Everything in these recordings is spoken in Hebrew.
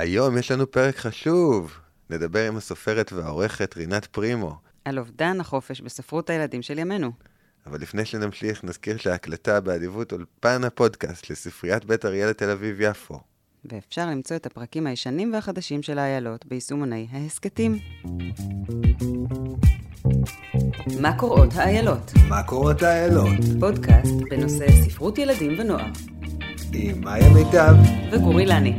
היום יש לנו פרק חשוב. נדבר עם הסופרת והעורכת רינת פרימו. על אובדן החופש בספרות הילדים של ימינו. אבל לפני שנמשיך, נזכיר שההקלטה באדיבות אולפן הפודקאסט לספריית בית אריאלה תל אביב יפו. ואפשר למצוא את הפרקים הישנים והחדשים של האיילות ביישומוני ההסקטים. מה קוראות האיילות? מה קוראות האיילות? פודקאסט בנושא ספרות ילדים ונוער. עם מאיה מיטב וגורי לני.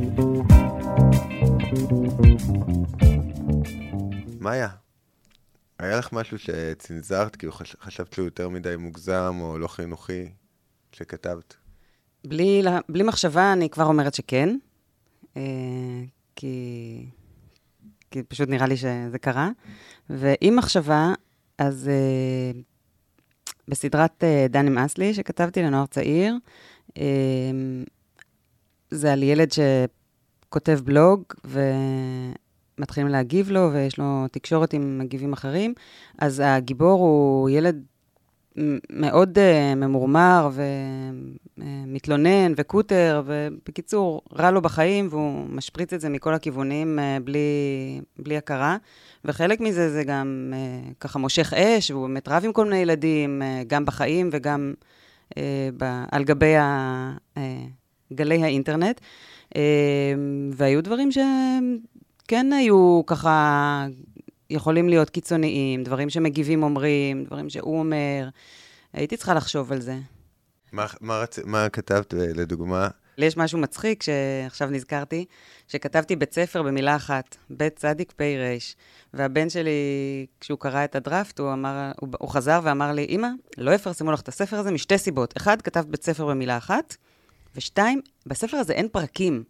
מאיה, היה לך משהו שצנזרת כי חשבת שהוא יותר מדי מוגזם או לא חינוכי שכתבת? בלי מחשבה אני כבר אומרת שכן, כי פשוט נראה לי שזה קרה. ועם מחשבה, אז בסדרת דן נמאס לי שכתבתי לנוער צעיר, זה על ילד שכותב בלוג ומתחילים להגיב לו ויש לו תקשורת עם מגיבים אחרים. אז הגיבור הוא ילד מאוד ממורמר ומתלונן וקוטר, ובקיצור, רע לו בחיים, והוא משפריץ את זה מכל הכיוונים בלי הכרה. וחלק מזה זה גם ככה מושך אש, והוא באמת רב עם כל מיני ילדים, גם בחיים וגם על גבי גלי האינטרנט. והיו דברים שכן היו ככה יכולים להיות קיצוניים, דברים שמגיבים אומרים, דברים שהוא אומר. הייתי צריכה לחשוב על זה. מה כתבת לדוגמה? לי יש משהו מצחיק שעכשיו נזכרתי, שכתבתי בית ספר במילה אחת, בית צדיק פי רש, והבן שלי, כשהוא קרא את הדרפט, הוא חזר ואמר לי, אמא, לא יפרסמו לך את הספר הזה משתי סיבות. אחד, כתב בית ספר במילה אחת, ושתיים, בספר הזה אין פרקים.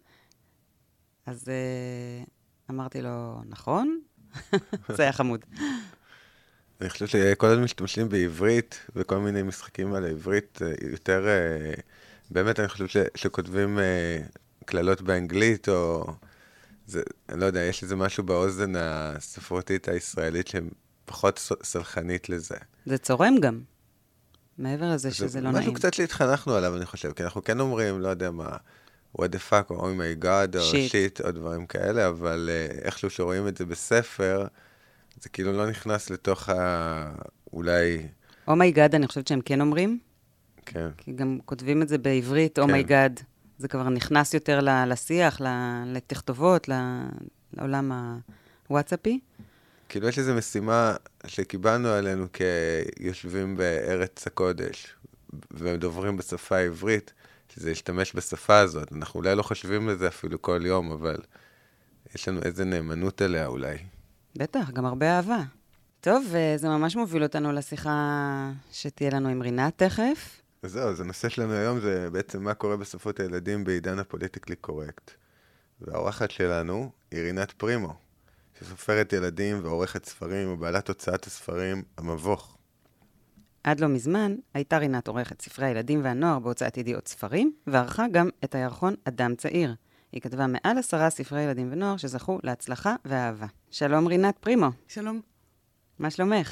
אז אמרתי לו, נכון? זה היה חמוד. אני חושב שכל עוד משתמשים בעברית, וכל מיני משחקים על העברית, יותר, באמת אני חושב שכותבים כללות באנגלית, או, אני לא יודע, יש איזה משהו באוזן הספרותית הישראלית, שפחות סלחנית לזה. זה צורם גם, מעבר לזה שזה לא נעים. משהו קצת שהתחנכנו עליו, אני חושב, כי אנחנו כן אומרים, לא יודע מה, what the fuck, או oh my god, או shit, או דברים כאלה, אבל איכשהו שרואים את זה בספר, זה כאילו לא נכנס לתוך אולי... אומייגאד, אני חושבת שהם כן אומרים. כן. כי גם כותבים את זה בעברית, אומייגאד. זה כבר נכנס יותר לשיח, לתכתובות, לעולם הוואטסאפי. כאילו יש איזו משימה שקיבלנו עלינו כיושבים בארץ הקודש, ודוברים בשפה העברית, שזה להשתמש בשפה הזאת. אנחנו אולי לא חושבים לזה אפילו כל יום, אבל יש לנו איזו נאמנות אליה אולי. בטח, גם הרבה אהבה. טוב, וזה ממש מוביל אותנו לשיחה שתהיה לנו עם רינת תכף. וזהו, אז הנושא שלנו היום זה בעצם מה קורה בספרות הילדים בעידן הפוליטיקלי קורקט. והאורחת שלנו היא רינת פרימו, שסופרת ילדים ועורכת ספרים ובעלת הוצאת הספרים המבוך. עד לא מזמן הייתה רינת עורכת ספרי הילדים והנוער בהוצאת ידיעות ספרים, וערכה גם את הירחון אדם צעיר. היא כתבה מעל 10 ספרי ילדים ונוער שזכו להצלחה ואהבה. שלום רינת פרימו. שלום. מה שלומך?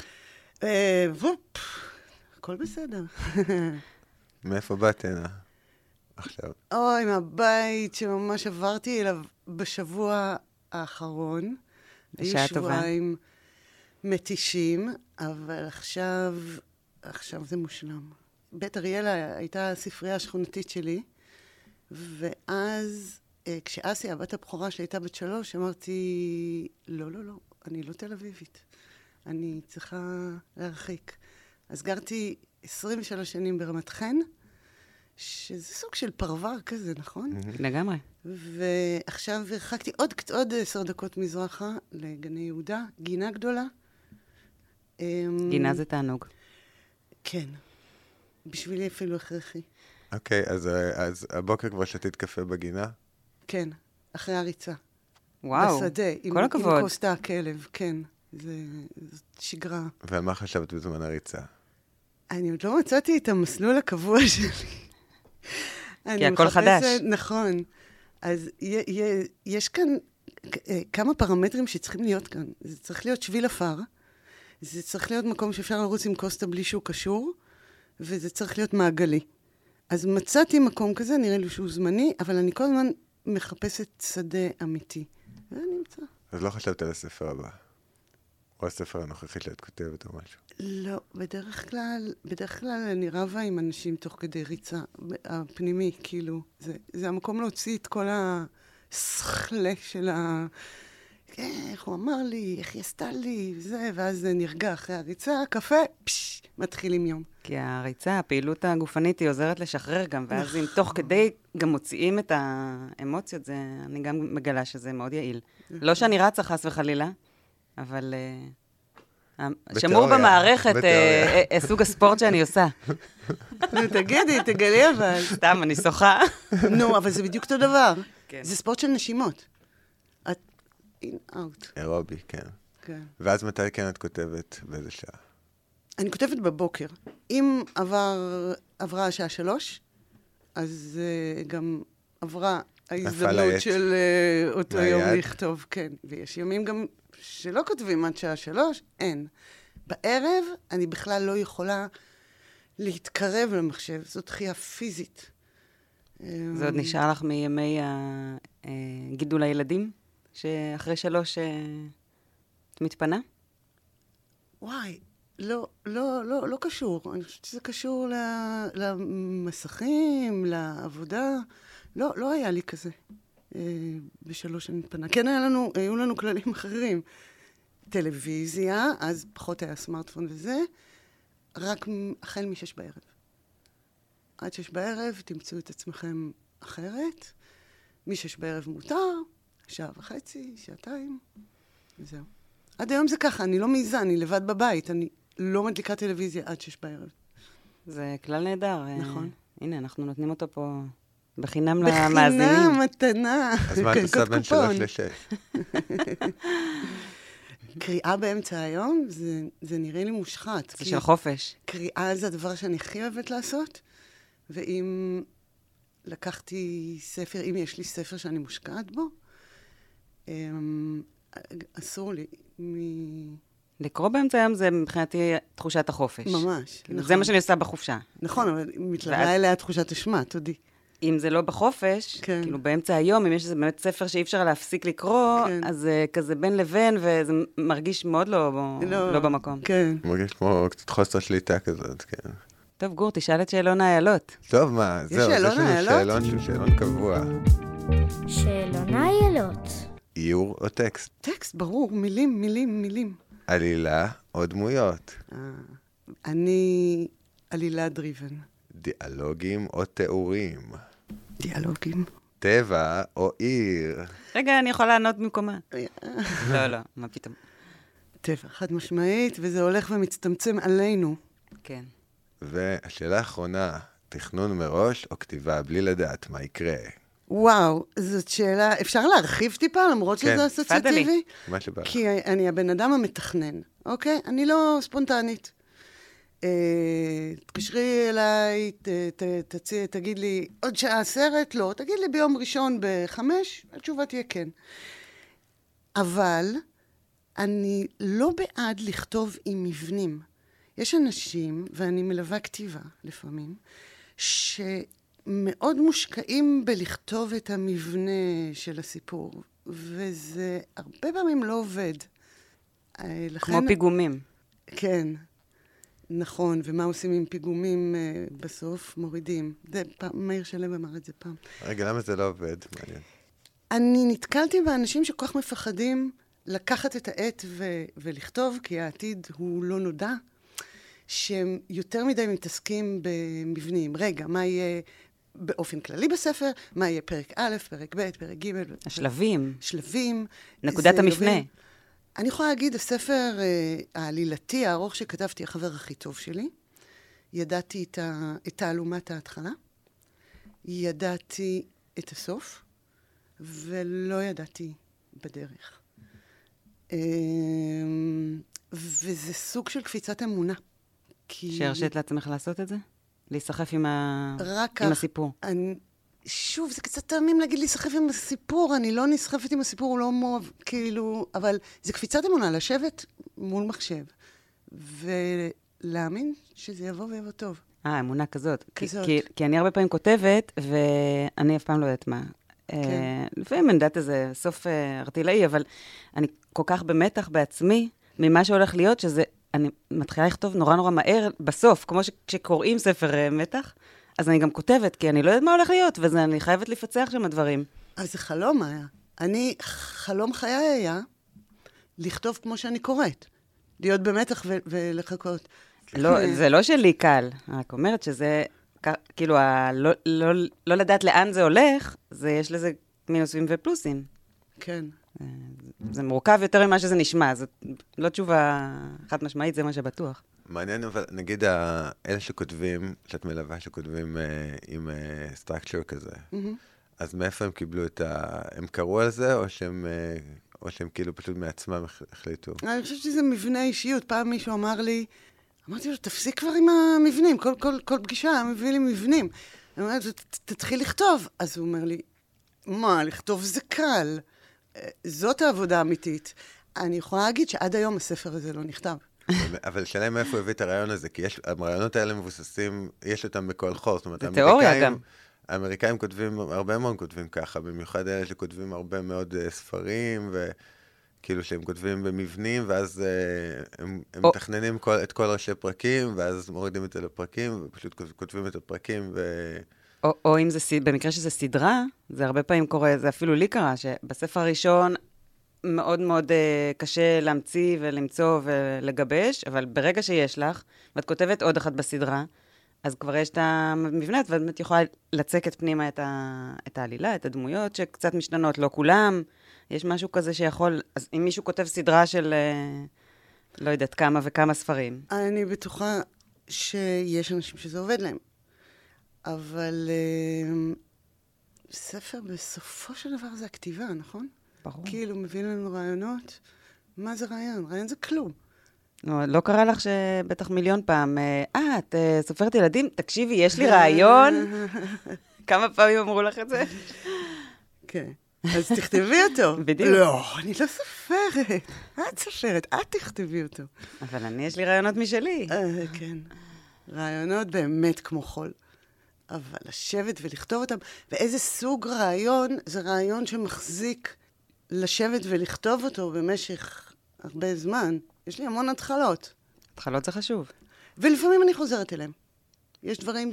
הכל בסדר. מאיפה באת הנה עכשיו? אוי, מהבית שממש עברתי אליו בשבוע האחרון. בשעה היו טובה. שבועיים מתישים, אבל עכשיו זה מושלם. בית אריאלה הייתה הספרייה השכונתית שלי, ואז כשאסיה, הבת הבכורה שהייתה בת 3, אמרתי, לא, אני לא תל אביבית. אני צריכה להרחיק. אז גרתי 23 שנים ברמת חן, שזה סוג של פרבר כזה, נכון? לגמרי. ועכשיו הרחקתי עוד 10 דקות מזרחה לגני יהודה, גינה גדולה. גינה זה תענוג. כן. בשבילי אפילו הכרחי. אוקיי, אז הבוקר כבר שתית קפה בגינה? כן, אחרי הריצה. וואו, בשדה, כל הכבוד. עם קוסטה הכלב, כן. זאת שגרה. ועל מה חשבת בזמן הריצה? אני עוד לא מצאתי את המסלול הקבוע שלי. כי הכל חדש. נכון. אז יש כאן כמה פרמטרים שצריכים להיות כאן. זה צריך להיות שביל אפר, זה צריך להיות מקום שאפשר לרוץ עם קוסטה בלי שהוא קשור, וזה צריך להיות מעגלי. אז מצאתי מקום כזה, נראה לי שהוא זמני, אבל אני כל הזמן מחפשת שדה אמיתי. ואני אמצא. אז לא חשבת על הספר הבא? או הספר הנוכחי שאת כותבת או משהו? לא, בדרך כלל אני רבה עם אנשים תוך כדי ריצה הפנימי, כאילו. זה המקום להוציא את כל השכלה של איך הוא אמר לי, איך היא עשתה לי, וזה, ואז זה נרגע אחרי הריצה, קפה, מתחילים יום. כי הריצה, הפעילות הגופנית היא עוזרת לשחרר גם, ואז אם תוך כדי גם מוציאים את האמוציות, אני גם מגלה שזה מאוד יעיל. לא שאני רצה חס וחלילה, אבל שמור במערכת סוג הספורט שאני עושה. תגידי, תגלי אבל. סתם, אני שוחה. נו, אבל זה בדיוק אותו דבר. זה ספורט של נשימות. את in out. אירובי, כן. ואז מתי כן את כותבת? באיזה שעה? אני כותבת בבוקר. אם עברה השעה 3, אז גם עברה ההזדמנות של אותו יום לכתוב, כן. ויש ימים גם שלא כותבים עד שעה 3, אין. בערב אני בכלל לא יכולה להתקרב למחשב, זאת דחייה פיזית. זה עוד נשאר לך מימי גידול הילדים? שאחרי 3 את מתפנה? וואי, לא קשור. אני חושבת שזה קשור למסכים, לעבודה. לא היה לי כזה. ב3 אני מתפנה. כן, היו לנו כללים אחרים. טלוויזיה, אז פחות היה סמארטפון וזה, רק החל מ6 בערב. עד 6 בערב תמצאו את עצמכם אחרת. מ6 בערב מותר, 1.5 שעה, 2 וזהו. עד היום זה ככה, אני לא מעיזה, אני לבד בבית, אני לא מדליקה טלוויזיה עד 6 בערב. זה כלל נהדר. נכון. הנה, אנחנו נותנים אותו פה בחינם למאזינים. בחינם, מתנה. אז מה את עושה בין 3 ל6? קריאה באמצע היום, זה נראה לי מושחת. זה של חופש. קריאה זה הדבר שאני הכי אוהבת לעשות, ואם לקחתי ספר, אם יש לי ספר שאני מושקעת בו, אסור לי לקרוא באמצע היום זה מבחינתי תחושת החופש. ממש. זה מה שאני עושה בחופשה. נכון, אבל מתלווה אליה תחושת אשמה, תודי. אם זה לא בחופש, כאילו באמצע היום, אם יש איזה באמת ספר שאי אפשר להפסיק לקרוא, אז זה כזה בין לבין, וזה מרגיש מאוד לא במקום. כן. מרגיש כמו קצת חוסר שליטה כזאת, כן. טוב, גור, תשאל את שאלון האיילות. טוב, מה, זהו, יש לנו שאלון קבוע. שאלון האיילות. איור או טקסט? טקסט, ברור, מילים. עלילה או דמויות? אני עלילה דריבן. דיאלוגים או תיאורים? דיאלוגים. טבע או עיר? רגע, אני יכולה לענות במקומה. לא, מה פתאום. טבע, חד משמעית, וזה הולך ומצטמצם עלינו. כן. והשאלה האחרונה, תכנון מראש או כתיבה בלי לדעת מה יקרה? וואו, זאת שאלה, אפשר להרחיב טיפה למרות שזה אסוציאטיבי? מה שבא לך. כי אני הבן אדם המתכנן, אוקיי? אני לא ספונטנית. תקשרי אליי, תגיד לי, עוד שעה סרט? לא. תגיד לי ביום ראשון ב5, התשובה תהיה כן. אבל אני לא בעד לכתוב עם מבנים. יש אנשים, ואני מלווה כתיבה לפעמים, שמאוד מושקעים בלכתוב את המבנה של הסיפור, וזה הרבה פעמים לא עובד. כמו פיגומים. כן. נכון, ומה עושים עם פיגומים בסוף? מורידים. מאיר שלם אמר את זה פעם. רגע, למה זה לא עובד? מעניין. אני נתקלתי באנשים שכל כך מפחדים לקחת את העט ולכתוב, כי העתיד הוא לא נודע, שהם יותר מדי מתעסקים במבנים. רגע, מה יהיה באופן כללי בספר? מה יהיה פרק א', פרק ב', פרק ג'? השלבים. שלבים. נקודת המפנה. אני יכולה להגיד, הספר העלילתי הארוך שכתבתי, החבר הכי טוב שלי, ידעתי את תעלומת ההתחלה, ידעתי את הסוף, ולא ידעתי בדרך. וזה סוג של קפיצת אמונה. שהרשית לעצמך לעשות את זה? להיסחף עם הסיפור. שוב, זה קצת תאמים להגיד להיסחף עם הסיפור, אני לא נסחפת עם הסיפור, הוא לא מוב, כאילו, אבל זה קפיצת אמונה, לשבת מול מחשב, ולהאמין שזה יבוא ויבוא טוב. אמונה כזאת. כי אני הרבה פעמים כותבת, ואני אף פעם לא יודעת מה. לפעמים אני יודעת איזה סוף ארטילאי, אבל אני כל כך במתח בעצמי, ממה שהולך להיות, שזה, אני מתחילה לכתוב נורא נורא מהר, בסוף, כמו שכשקוראים ספר מתח, אז אני גם כותבת, כי אני לא יודעת מה הולך להיות, ואני חייבת לפצח שם הדברים. אז זה חלום היה. חלום חיי היה לכתוב כמו שאני קוראת. להיות במתח ולחכות. לא, זה לא שלי קל, רק אומרת שזה, כאילו, לא לדעת לאן זה הולך, יש לזה מינוסים ופלוסים. כן. זה מורכב יותר ממה שזה נשמע, זאת לא תשובה חד משמעית, זה מה שבטוח. מעניין, אבל נגיד אלה שכותבים, שאת מלווה שכותבים עם סטרקצ'ר כזה, אז מאיפה הם קיבלו הם קראו על זה, או שהם כאילו פשוט מעצמם החליטו? אני חושבת שזה מבנה אישיות. פעם מישהו אמר לי, אמרתי לו, תפסיק כבר עם המבנים, כל פגישה מביא לי מבנים. אני אומרת, תתחיל לכתוב. אז הוא אומר לי, מה, לכתוב זה קל. זאת העבודה האמיתית. אני יכולה להגיד שעד היום הספר הזה לא נכתב. אבל שאלה מאיפה הוא הביא את הרעיון הזה, כי הרעיונות האלה מבוססים, יש אותם בכל חור. זה תיאוריה גם. האמריקאים כותבים, הרבה מאוד כותבים ככה, במיוחד אלה שכותבים הרבה מאוד ספרים, וכאילו שהם כותבים במבנים, ואז הם מתכננים את כל ראשי פרקים, ואז מורידים את זה לפרקים, ופשוט כותבים את הפרקים, או אם זה, במקרה שזה סדרה, זה הרבה פעמים קורה, זה אפילו לי קרה, שבספר הראשון מאוד מאוד קשה להמציא ולמצוא ולגבש, אבל ברגע שיש לך, ואת כותבת עוד אחת בסדרה, אז כבר יש את המבנה, ואת יכולה לצקת פנימה את העלילה, את הדמויות שקצת משתנות, לא כולם. יש משהו כזה שיכול, אז אם מישהו כותב סדרה של, לא יודעת, כמה וכמה ספרים. אני בטוחה שיש אנשים שזה עובד להם. אבל ספר בסופו של דבר זה הכתיבה, נכון? ברור. כאילו מביא לנו רעיונות. מה זה רעיון? רעיון זה כלום. לא קרה לך שבטח מיליון פעם, את סופרת ילדים, תקשיבי, יש לי רעיון. כמה פעמים אמרו לך את זה? כן. אז תכתבי אותו. בדיוק. לא, אני לא סופרת. את סופרת, את תכתבי אותו. אבל יש לי רעיונות משלי. כן. רעיונות באמת כמו חול. אבל לשבת ולכתוב אותם, ואיזה סוג רעיון, זה רעיון שמחזיק לשבת ולכתוב אותו במשך הרבה זמן. יש לי המון התחלות. התחלות זה חשוב. ולפעמים אני חוזרת אליהם. יש דברים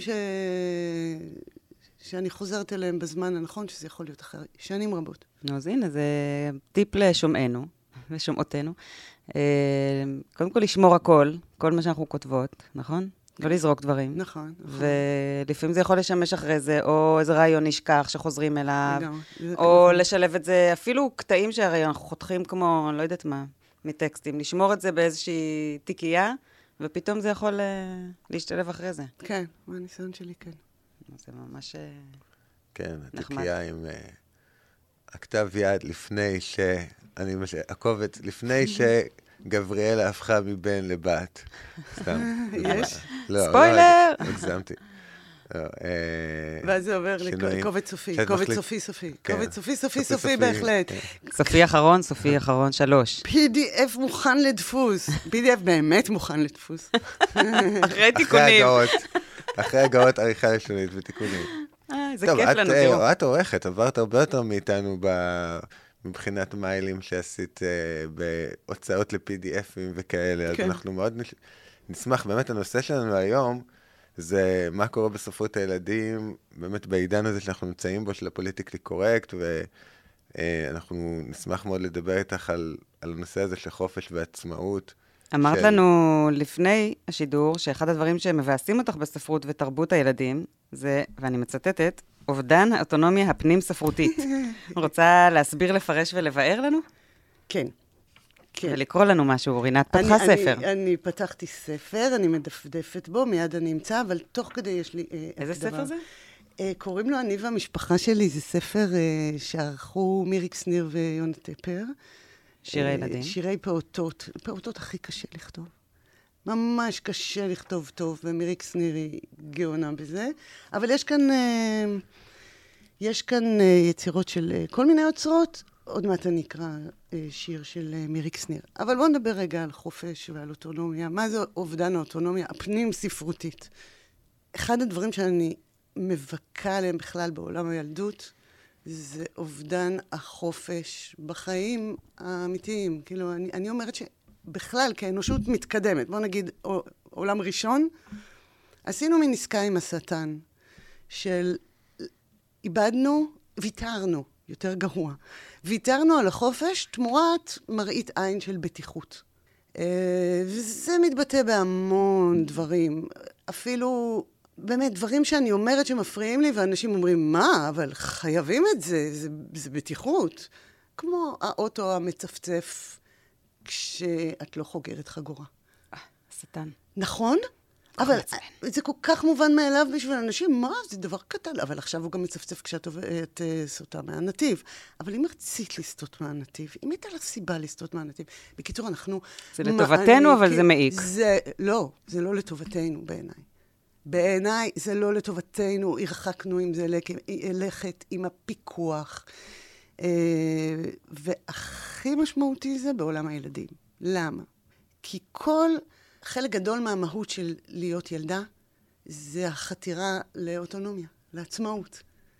שאני חוזרת אליהם בזמן הנכון, שזה יכול להיות אחרי שנים רבות. נו, אז הנה, זה טיפ לשומענו, לשומעותינו. קודם כל, לשמור הכל, כל מה שאנחנו כותבות, נכון? לא לזרוק דברים. נכון. ולפעמים זה יכול לשמש אחרי זה, או איזה רעיון נשכח שחוזרים אליו, או לשלב את זה, אפילו קטעים שהרי אנחנו חותכים כמו, לא יודעת מה, מטקסטים, לשמור את זה באיזושהי תיקייה, ופתאום זה יכול להשתלב אחרי זה. כן, מהניסיון שלי, כן. זה ממש כן, התיקייה עם הכתב יד לפני הקובץ, לפני גבריאלה הפכה מבן לבת. סתם. יש? ספוילר! הגזמתי. ואז זה עובר לקובץ סופי, קובץ סופי. קובץ סופי בהחלט. סופי אחרון, 3. PDF מוכן לדפוס. PDF באמת מוכן לדפוס. אחרי תיקונים. אחרי הגאות עריכה לשונית ותיקונים. זה כיף לנו, תראו. את עורכת, עברת הרבה יותר מאיתנו מבחינת מיילים שעשית בהוצאות ל-PDFים וכאלה, אז אנחנו מאוד נשמח. באמת הנושא שלנו היום, זה מה קורה בספרות הילדים, באמת בעידן הזה שאנחנו נמצאים בו, של הפוליטיקלי קורקט, ואנחנו נשמח מאוד לדבר איתך על הנושא הזה של חופש ועצמאות. אמרת לנו לפני השידור, שאחד הדברים שמבאסים אותך בספרות ותרבות הילדים, זה, ואני מצטטת, אובדן האוטונומיה הפנים-ספרותית. רוצה להסביר, לפרש ולבאר לנו? כן. ולקרוא לנו משהו, רינת פתחה ספר. אני פתחתי ספר, אני מדפדפת בו, מיד אני אמצא, אבל תוך כדי יש לי... איזה ספר זה? קוראים לו אני והמשפחה שלי, זה ספר שערכו מיריק שניר ויונה טפר. שירי ילדים. שירי פעוטות. פעוטות הכי קשה לכתוב. ממש קשה לכתוב טוב, ומיריק שניר היא גאונה בזה. אבל יש כאן יצירות של כל מיני אוצרות. עוד מעט אני אקרא שיר של מיריק שניר. אבל בואו נדבר רגע על חופש ועל אוטונומיה. מה זה אובדן האוטונומיה הפנים-ספרותית? אחד הדברים שאני מבכה עליהם בכלל בעולם הילדות, זה אובדן החופש בחיים האמיתיים. כאילו, אני אומרת שבכלל, כאנושות מתקדמת, בוא נגיד, עולם ראשון, עשינו מין עסקה עם השטן, של איבדנו, ויתרנו, יותר גרוע. ויתרנו על החופש תמורת מראית עין של בטיחות. וזה מתבטא בהמון דברים. אפילו, באמת, דברים שאני אומרת שמפריעים לי, ואנשים אומרים, מה? אבל חייבים את זה, זה בטיחות. כמו האוטו המצפצף כשאת לא חוגרת חגורה. השטן. נכון? אבל זה כל כך מובן מאליו בשביל אנשים, מה? זה דבר קטן. אבל עכשיו הוא גם מצפצף כשאת סוטה מהנתיב. אבל אם רצית לסטות מהנתיב, אם הייתה לך סיבה לסטות מהנתיב, בקיצור, אנחנו... זה לטובתנו, אבל זה מעיק. לא, זה לא לטובתנו בעיניי. בעיניי זה לא לטובתנו, הרחקנו עם זה לכת עם הפיקוח. והכי משמעותי זה בעולם הילדים. למה? כי חלק גדול מהמהות של להיות ילדה, זה החתירה לאוטונומיה, לעצמאות.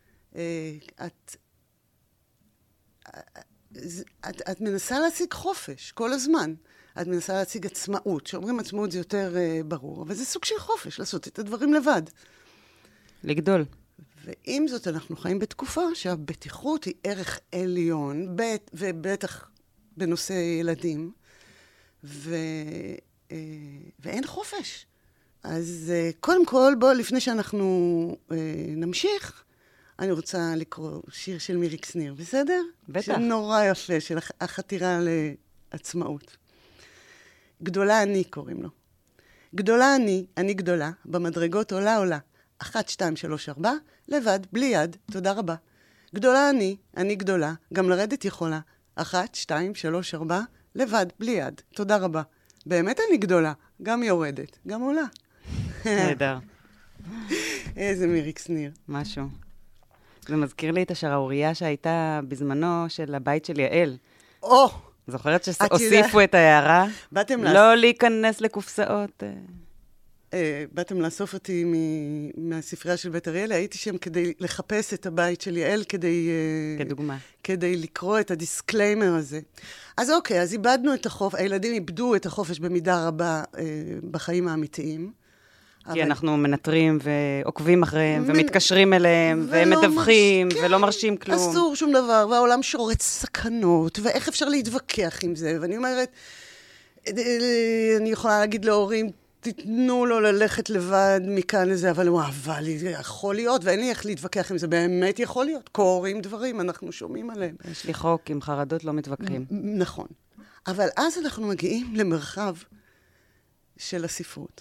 את מנסה להשיג חופש כל הזמן. את מנסה להשיג עצמאות. שאומרים עצמאות זה יותר ברור, אבל זה סוג של חופש, לעשות את הדברים לבד. לגדול. ועם זאת, אנחנו חיים בתקופה שהבטיחות היא ערך עליון, ובטח בנושא ילדים, ואין חופש. אז קודם כל, לפני שאנחנו נמשיך, אני רוצה לקרוא שיר של מיריק שניר, בסדר? בטח. שיר נורא יפה של החתירה לעצמאות. גדולה אני קוראים לו. גדולה אני גדולה, במדרגות עולה. 1, 2, 3, 4, לבד, בלי יד, תודה רבה. גדולה אני גדולה, גם לרדת יכולה. 1, 2, 3, 4, לבד, בלי יד, תודה רבה. באמת אני גדולה, גם יורדת, גם עולה. נהדר. איזה מיריק שניר. משהו. זה מזכיר לי את השערורייה שהייתה בזמנו של הבית של יעל. זוכרת שהוסיפו את ההערה? לא להיכנס לקופסאות. באתם לאסוף אותי מהספרייה של בית אריאלה, הייתי שם כדי לחפש את הבית של יעל, כדוגמה. כדי לקרוא את הדיסקליימר הזה. אז אוקיי, אז איבדנו את החופש, הילדים איבדו את החופש במידה רבה בחיים האמיתיים. כי אנחנו מנטרים ועוקבים אחריהם, ומתקשרים אליהם, והם מדווחים, ולא מרשים כלום. אסור שום דבר, והעולם שורץ סכנות, ואיך אפשר להתווכח עם זה? ואני אומרת, אני יכולה להגיד להורים, תיתנו לו ללכת לבד מכאן לזה, אבל זה יכול להיות, ואין לי איך להתווכח עם זה, באמת יכול להיות. קורים דברים, אנחנו שומעים עליהם. יש לי חוק, עם חרדות לא מתווכחים. נכון. אבל אז אנחנו מגיעים למרחב של הספרות.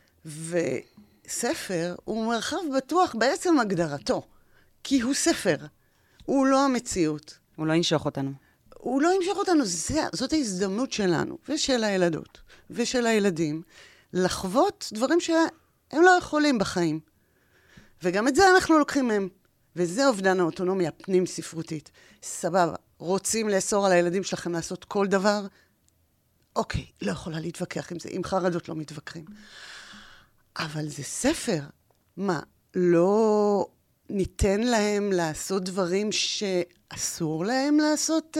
וספר הוא מרחב בטוח בעצם הגדרתו, כי הוא ספר, הוא לא המציאות. הוא לא ינשוך אותנו. הוא לא ימשוך אותנו, זאת ההזדמנות שלנו, ושל הילדות, ושל הילדים, לחוות דברים שהם לא יכולים בחיים. וגם את זה אנחנו לוקחים מהם. וזה אובדן האוטונומיה פנים-ספרותית. סבבה, רוצים לאסור על הילדים שלכם לעשות כל דבר? אוקיי, לא יכולה להתווכח עם זה, עם חרדות לא מתווכחים. אבל זה ספר. מה, לא ניתן להם לעשות דברים שאסור להם לעשות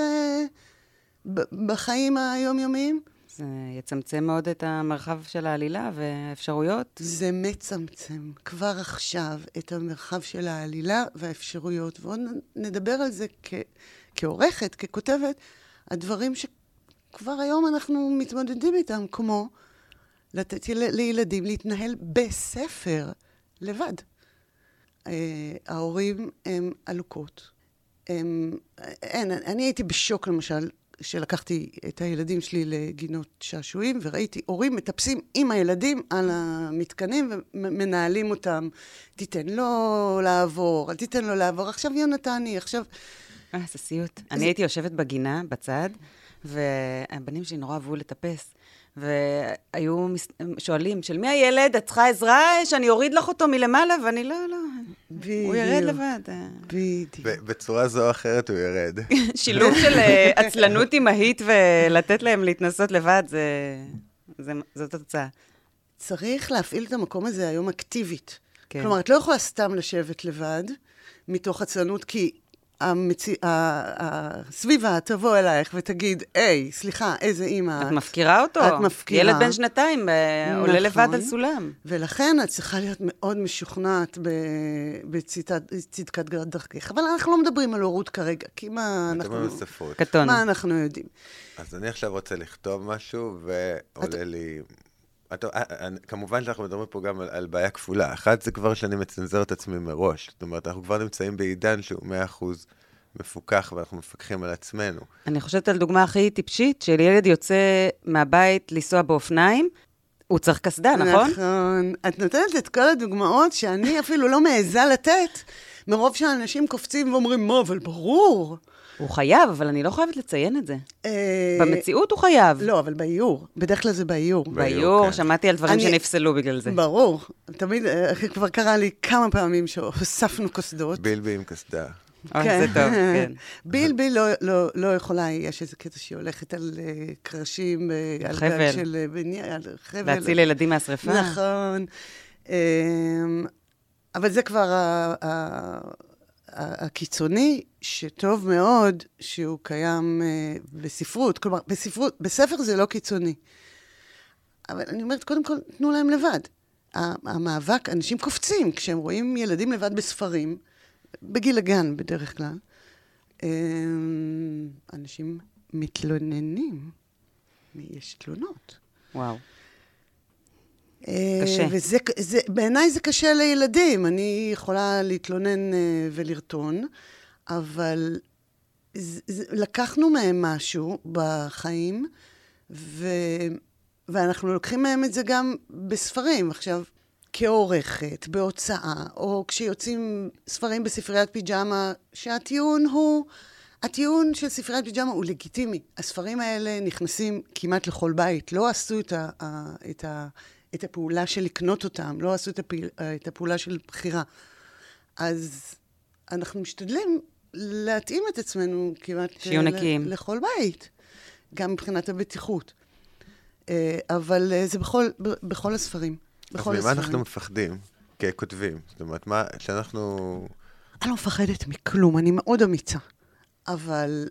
בחיים היומיומיים? זה יצמצם מאוד את המרחב של העלילה והאפשרויות. זה מצמצם כבר עכשיו את המרחב של העלילה והאפשרויות. ועוד נדבר על זה כעורכת, ככותבת, הדברים שכבר היום אנחנו מתמודדים איתם, כמו לתת לילדים להתנהל בספר לבד. ההורים הם עלוקות. אני הייתי בשוק למשל, שלקחתי את הילדים שלי לגינות שעשועים, וראיתי הורים מטפסים עם הילדים על המתקנים ומנהלים אותם. תיתן לו לעבור, אל תיתן לו לעבור. עכשיו יונתני, עכשיו... זה סיוט. אני הייתי יושבת בגינה, בצד, והבנים שלי נורא אהבו לטפס. והיו שואלים, של מי הילד? את צריכה עזרה? שאני אוריד לך אותו מלמעלה? ואני לא. הוא ירד לבד. בדיוק. בצורה זו או אחרת הוא ירד. שילוב של עצלנות אימהית ולתת להם להתנסות לבד, זאת התוצאה. צריך להפעיל את המקום הזה היום אקטיבית. כן. כלומר, את לא יכולה סתם לשבת לבד, מתוך עצלנות, כי הסביבה תבוא אלייך ותגיד, היי, סליחה, איזה אימא את מפקירה אותו. את מפקירה. ילד בן 2 עולה לבד על סולם. ולכן את צריכה להיות מאוד משוכנעת בצדקת דרכך. אבל אנחנו לא מדברים על הורות כרגע, כי מה אנחנו יודעים. אז אני עכשיו רוצה לכתוב משהו, ועולה לי... כמובן שאנחנו מדברים פה גם על בעיה כפולה. אחת זה כבר שאני מצנזר את עצמי מראש. זאת אומרת, אנחנו כבר נמצאים בעידן שהוא 100% מפוקח, ואנחנו מפקחים על עצמנו. אני חושבת על דוגמה הכי טיפשית, של ילד יוצא מהבית לנסוע באופניים, הוא צריך קסדה, נכון? נכון. את נותנת את כל הדוגמאות שאני אפילו לא מעיזה לתת, מרוב שאנשים קופצים ואומרים, מה, אבל ברור. הוא חייב, אבל אני לא חייבת לציין את זה. במציאות הוא חייב. לא, אבל באיור. בדרך כלל זה באיור. באיור, שמעתי על דברים שנפסלו בגלל זה. ברור. תמיד, כבר קרה לי כמה פעמים שהוספנו קסדות. בילבי עם קסדה. זה טוב, כן. בילבי לא יכולה, יש איזה קטע שהיא הולכת על קרשים, על גל של חבל. להציל ילדים מהשריפה. נכון. אבל זה כבר הקיצוני, שטוב מאוד שהוא קיים בספרות. כלומר, בספר זה לא קיצוני. אבל אני אומרת, קודם כל, תנו להם לבד. המאבק, אנשים קופצים כשהם רואים ילדים לבד בספרים, בגיל הגן בדרך כלל, אנשים מתלוננים. יש תלונות. וואו. קשה. בעיניי זה קשה לילדים. אני יכולה להתלונן ולרטון, אבל לקחנו מהם משהו בחיים, ואנחנו לוקחים מהם את זה גם בספרים. עכשיו, כעורכת, בהוצאה, או כשיוצאים ספרים בספריית פיג'מה, הטיעון של ספריית פיג'מה הוא לגיטימי. הספרים האלה נכנסים כמעט לכל בית, לא עשו את הפעולה של לקנות אותם, לא עשו את הפעולה של בחירה. אז אנחנו משתדלים להתאים את עצמנו כמעט לכל בית, גם מבחינת הבטיחות. אבל זה בכל הספרים. אז ממה אנחנו מפחדים ככותבים? זאת אומרת, מה שאנחנו... אני לא מפחדת מכלום, אני מאוד אמיצה. אבל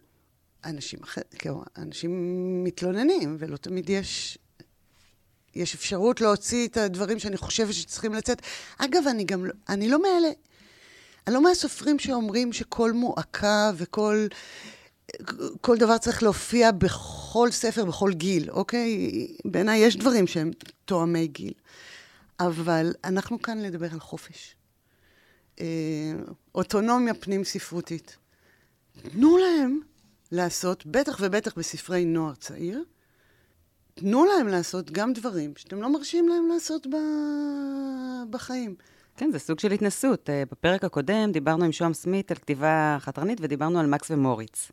אנשים מתלוננים, ולא תמיד יש אפשרות להוציא את הדברים שאני חושבת שצריכים לצאת. אגב, אני לא מאלה, אני לא מהסופרים שאומרים שכל מועקה וכל דבר צריך להופיע בכל ספר, בכל גיל, אוקיי? בעיניי יש דברים שהם תואמי גיל. אבל אנחנו כאן לדבר על חופש. אוטונומיה פנים ספרותית. תנו להם לעשות, בטח ובטח בספרי נוער צעיר, תנו להם לעשות גם דברים שאתם לא מרשים להם לעשות בחיים. כן, זה סוג של התנסות. בפרק הקודם דיברנו עם שועם סמית על כתיבה חתרנית, ודיברנו על מקס ומוריץ.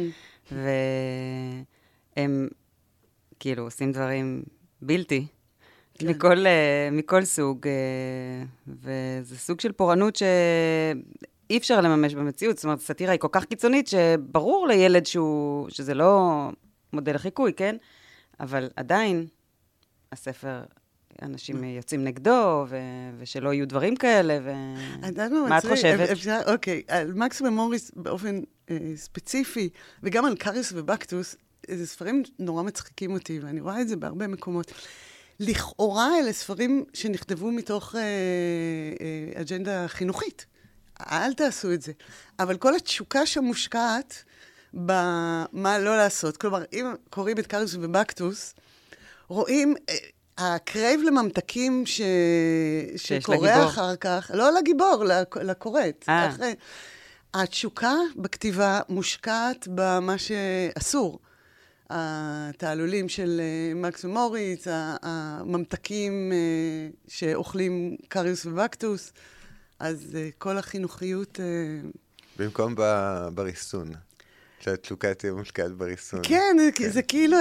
והם כאילו עושים דברים בלתי. כן. מכל סוג, וזה סוג של פורענות שאי אפשר לממש במציאות, זאת אומרת, סאטירה היא כל כך קיצונית, שברור לילד שזה לא מודל לחיקוי, כן? אבל עדיין, הספר, אנשים יוצאים נגדו, ושלא יהיו דברים כאלה, מה את חושבת? אוקיי, על מקס ומוריס באופן ספציפי, וגם על קריוס ובקטוס, זה ספרים נורא מצחיקים אותי, ואני רואה את זה בהרבה מקומות. לכאורה אלה ספרים שנכתבו מתוך אג'נדה חינוכית. אל תעשו את זה. אבל כל התשוקה שמושקעת במה לא לעשות. כלומר, אם קוראים את קריוס ובקטוס, רואים הקרייב לממתקים שקורא אחר כך, לא לגיבור, לקוראת. התשוקה בכתיבה מושקעת במה שאסור. התעלולים של מקס ומוריץ, הממתקים שאוכלים קריוס ובקטוס, אז כל החינוכיות... במקום בריסון, שהתשוקה תהיה מושקעת בריסון. כן, זה כאילו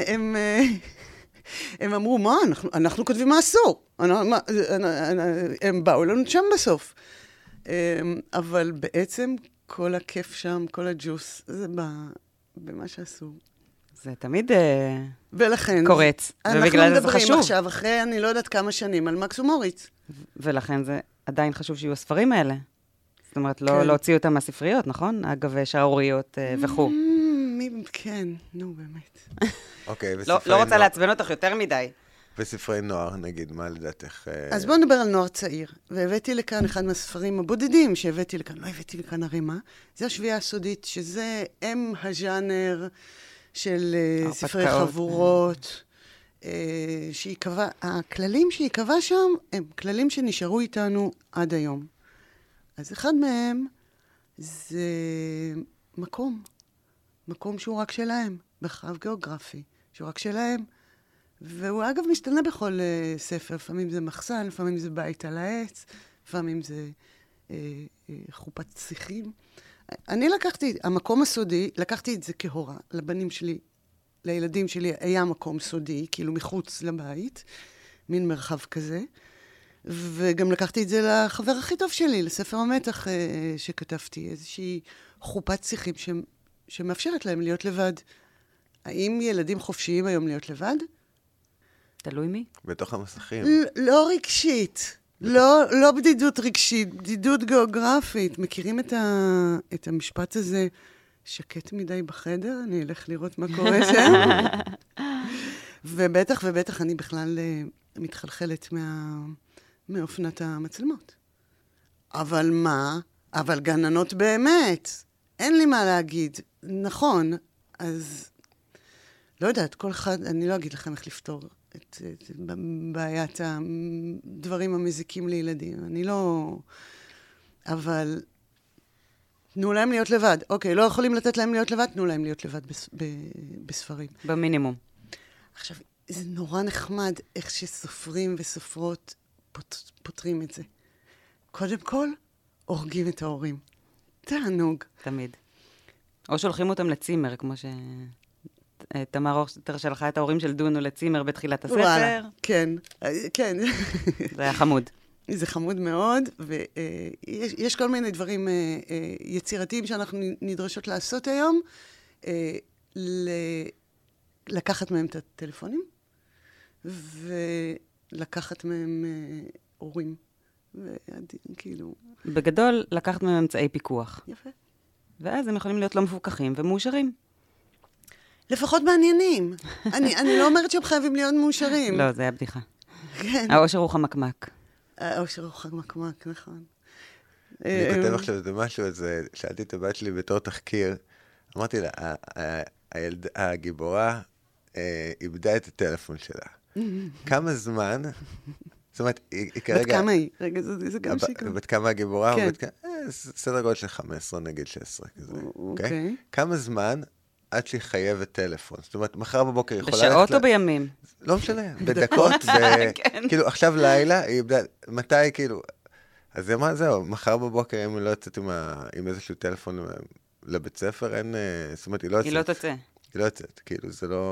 הם אמרו, מה, אנחנו כותבים מה אסור. הם באו לנו שם בסוף. אבל בעצם כל הכיף שם, כל הג'וס, זה במה שאסור. זה תמיד ולכן, קורץ, ובגלל זה חשוב. אנחנו מדברים עכשיו, אחרי אני לא יודעת כמה שנים, על מקס ומוריץ. ולכן זה עדיין חשוב שיהיו הספרים האלה. זאת אומרת, לא להוציא אותם מהספריות, נכון? אגב, שערוריות וכו'. כן, נו, באמת. אוקיי, לא רוצה לעצבן אותך יותר מדי. וספרי נוער, נגיד, מה לדעתך? אז בואו נדבר על נוער צעיר. והבאתי לכאן אחד מהספרים הבודדים שהבאתי לכאן, לא הבאתי לכאן הרימה, זה השביעה הסודית, שזה אם הז'אנר של ספרי חבורות, הכללים שיקבע שם הם כללים שנשארו איתנו עד היום. אז אחד מהם זה מקום שהוא רק שלהם, מרחב גיאוגרפי, שהוא רק שלהם. והוא אגב משתנה בכל ספר, לפעמים זה מחסן, לפעמים זה בית על העץ, לפעמים זה חופת שיחים. אני המקום הסודי, לקחתי את זה כהורה, לבנים שלי, לילדים שלי היה מקום סודי, כאילו מחוץ לבית, מין מרחב כזה, וגם לקחתי את זה לחבר הכי טוב שלי, לספר המתח שכתבתי, איזושהי חופת שיחים שמאפשרת להם להיות לבד. האם ילדים חופשיים היום להיות לבד? תלוי מי? בתוך המסכים. לא רגשית. לא בדידות רגשית, בדידות גיאוגרפית. מכירים את המשפט הזה, שקט מדי בחדר? אני אלך לראות מה קורה שם. ובטח אני בכלל מתחלחלת מאופנת המצלמות. אבל מה? אבל גננות באמת. אין לי מה להגיד. נכון, אז לא יודעת, כל אחד, אני לא אגיד לכם איך לפתור את בעיית הדברים המזיקים לילדים. אני לא... אבל תנו להם להיות לבד. אוקיי, לא יכולים לתת להם להיות לבד, תנו להם להיות לבד בספרים. במינימום. עכשיו, זה נורא נחמד איך שסופרים וסופרות פותרים את זה. קודם כל, הורגים את ההורים. תענוג. תמיד. או שולחים אותם לצימר, כמו תמר אורשר שלחה את ההורים של דונו לצימר בתחילת הספר. וואלה, כן, כן. זה היה חמוד. זה חמוד מאוד, ויש כל מיני דברים יצירתיים שאנחנו נדרשות לעשות היום, לקחת מהם את הטלפונים, ולקחת מהם הורים. וכאילו... בגדול, לקחת מהם אמצעי פיקוח. יפה. ואז הם יכולים להיות לא מפוקחים ומאושרים. לפחות מעניינים. אני לא אומרת שהם חייבים להיות מאושרים. לא, זה היה בדיחה. כן. האושר הוא חמקמק. האושר הוא חמקמק, נכון. אני כותב עכשיו את משהו, אז שאלתי את הבת שלי בתור תחקיר, אמרתי לה, הגיבורה איבדה את הטלפון שלה. כמה זמן, זאת אומרת, היא כרגע... בת כמה היא? רגע, זה גם שיקר. בת כמה הגיבורה? כן. סדר גודל של 15, נגיד 16 כזה. אוקיי. כמה זמן עד שהיא חייבת טלפון? זאת אומרת, מחר בבוקר יכולה... בשעות או בימים? לא משנה, בדקות, כאילו, עכשיו לילה, היא איבדה... מתי, כאילו... אז היא אמרה, זהו, מחר בבוקר, אם היא לא יוצאת עם איזשהו טלפון לבית ספר, אין... זאת אומרת, היא לא יוצאת. היא לא תצא. היא לא יוצאת, כאילו,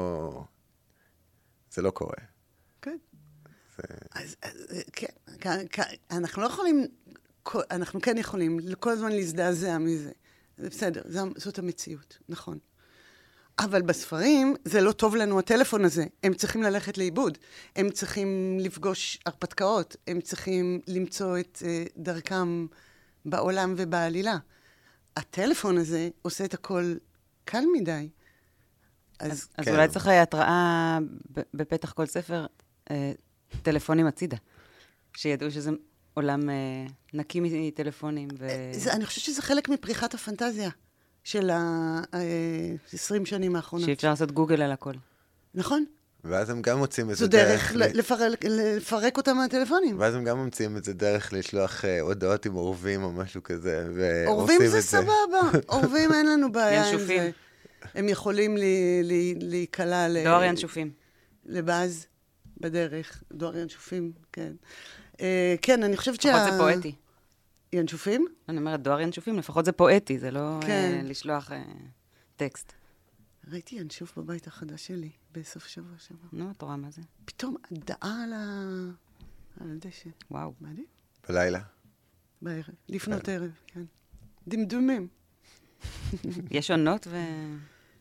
זה לא קורה. כן. אז כן, אנחנו לא יכולים, אנחנו כן יכולים כל הזמן להזדעזע מזה. זה בסדר, זאת המציאות, נכון. אבל בספרים, זה לא טוב לנו הטלפון הזה. הם צריכים ללכת לאיבוד. הם צריכים לפגוש הרפתקאות. הם צריכים למצוא את דרכם בעולם ובעלילה. הטלפון הזה עושה את הכל קל מדי. אז אולי צריך התראה בפתח כל ספר, טלפונים הצידה. שידעו שזה עולם נקי מטלפונים. אני חושבת שזה חלק מפריחת הפנטזיה. של ה-20 שנים האחרונות. שאפשר לעשות גוגל על הכל. נכון. ואז הם גם מוצאים את זה זו דרך לפרק אותם מהטלפונים. ואז הם גם מוצאים את זה דרך לשלוח הודעות עם עורבים או משהו כזה, עורבים זה סבבה. עורבים אין לנו בעיה עם זה. הם יכולים להיקלע דואר ינשופים. לבאז בדרך. דואר ינשופים, כן. כן, אני חושבת לפחות זה פואטי. ינשופים? אני אומרת, דואר ינשופים, לפחות זה פואטי, זה לא לשלוח טקסט. ראיתי ינשוף בבית החדש שלי, בסוף שבוע שעבר. נו, את רואה מה זה? פתאום הדעה על הדשא. וואו. מדהים. בלילה? בערב, לפנות ערב, כן. דמדומים. יש עונות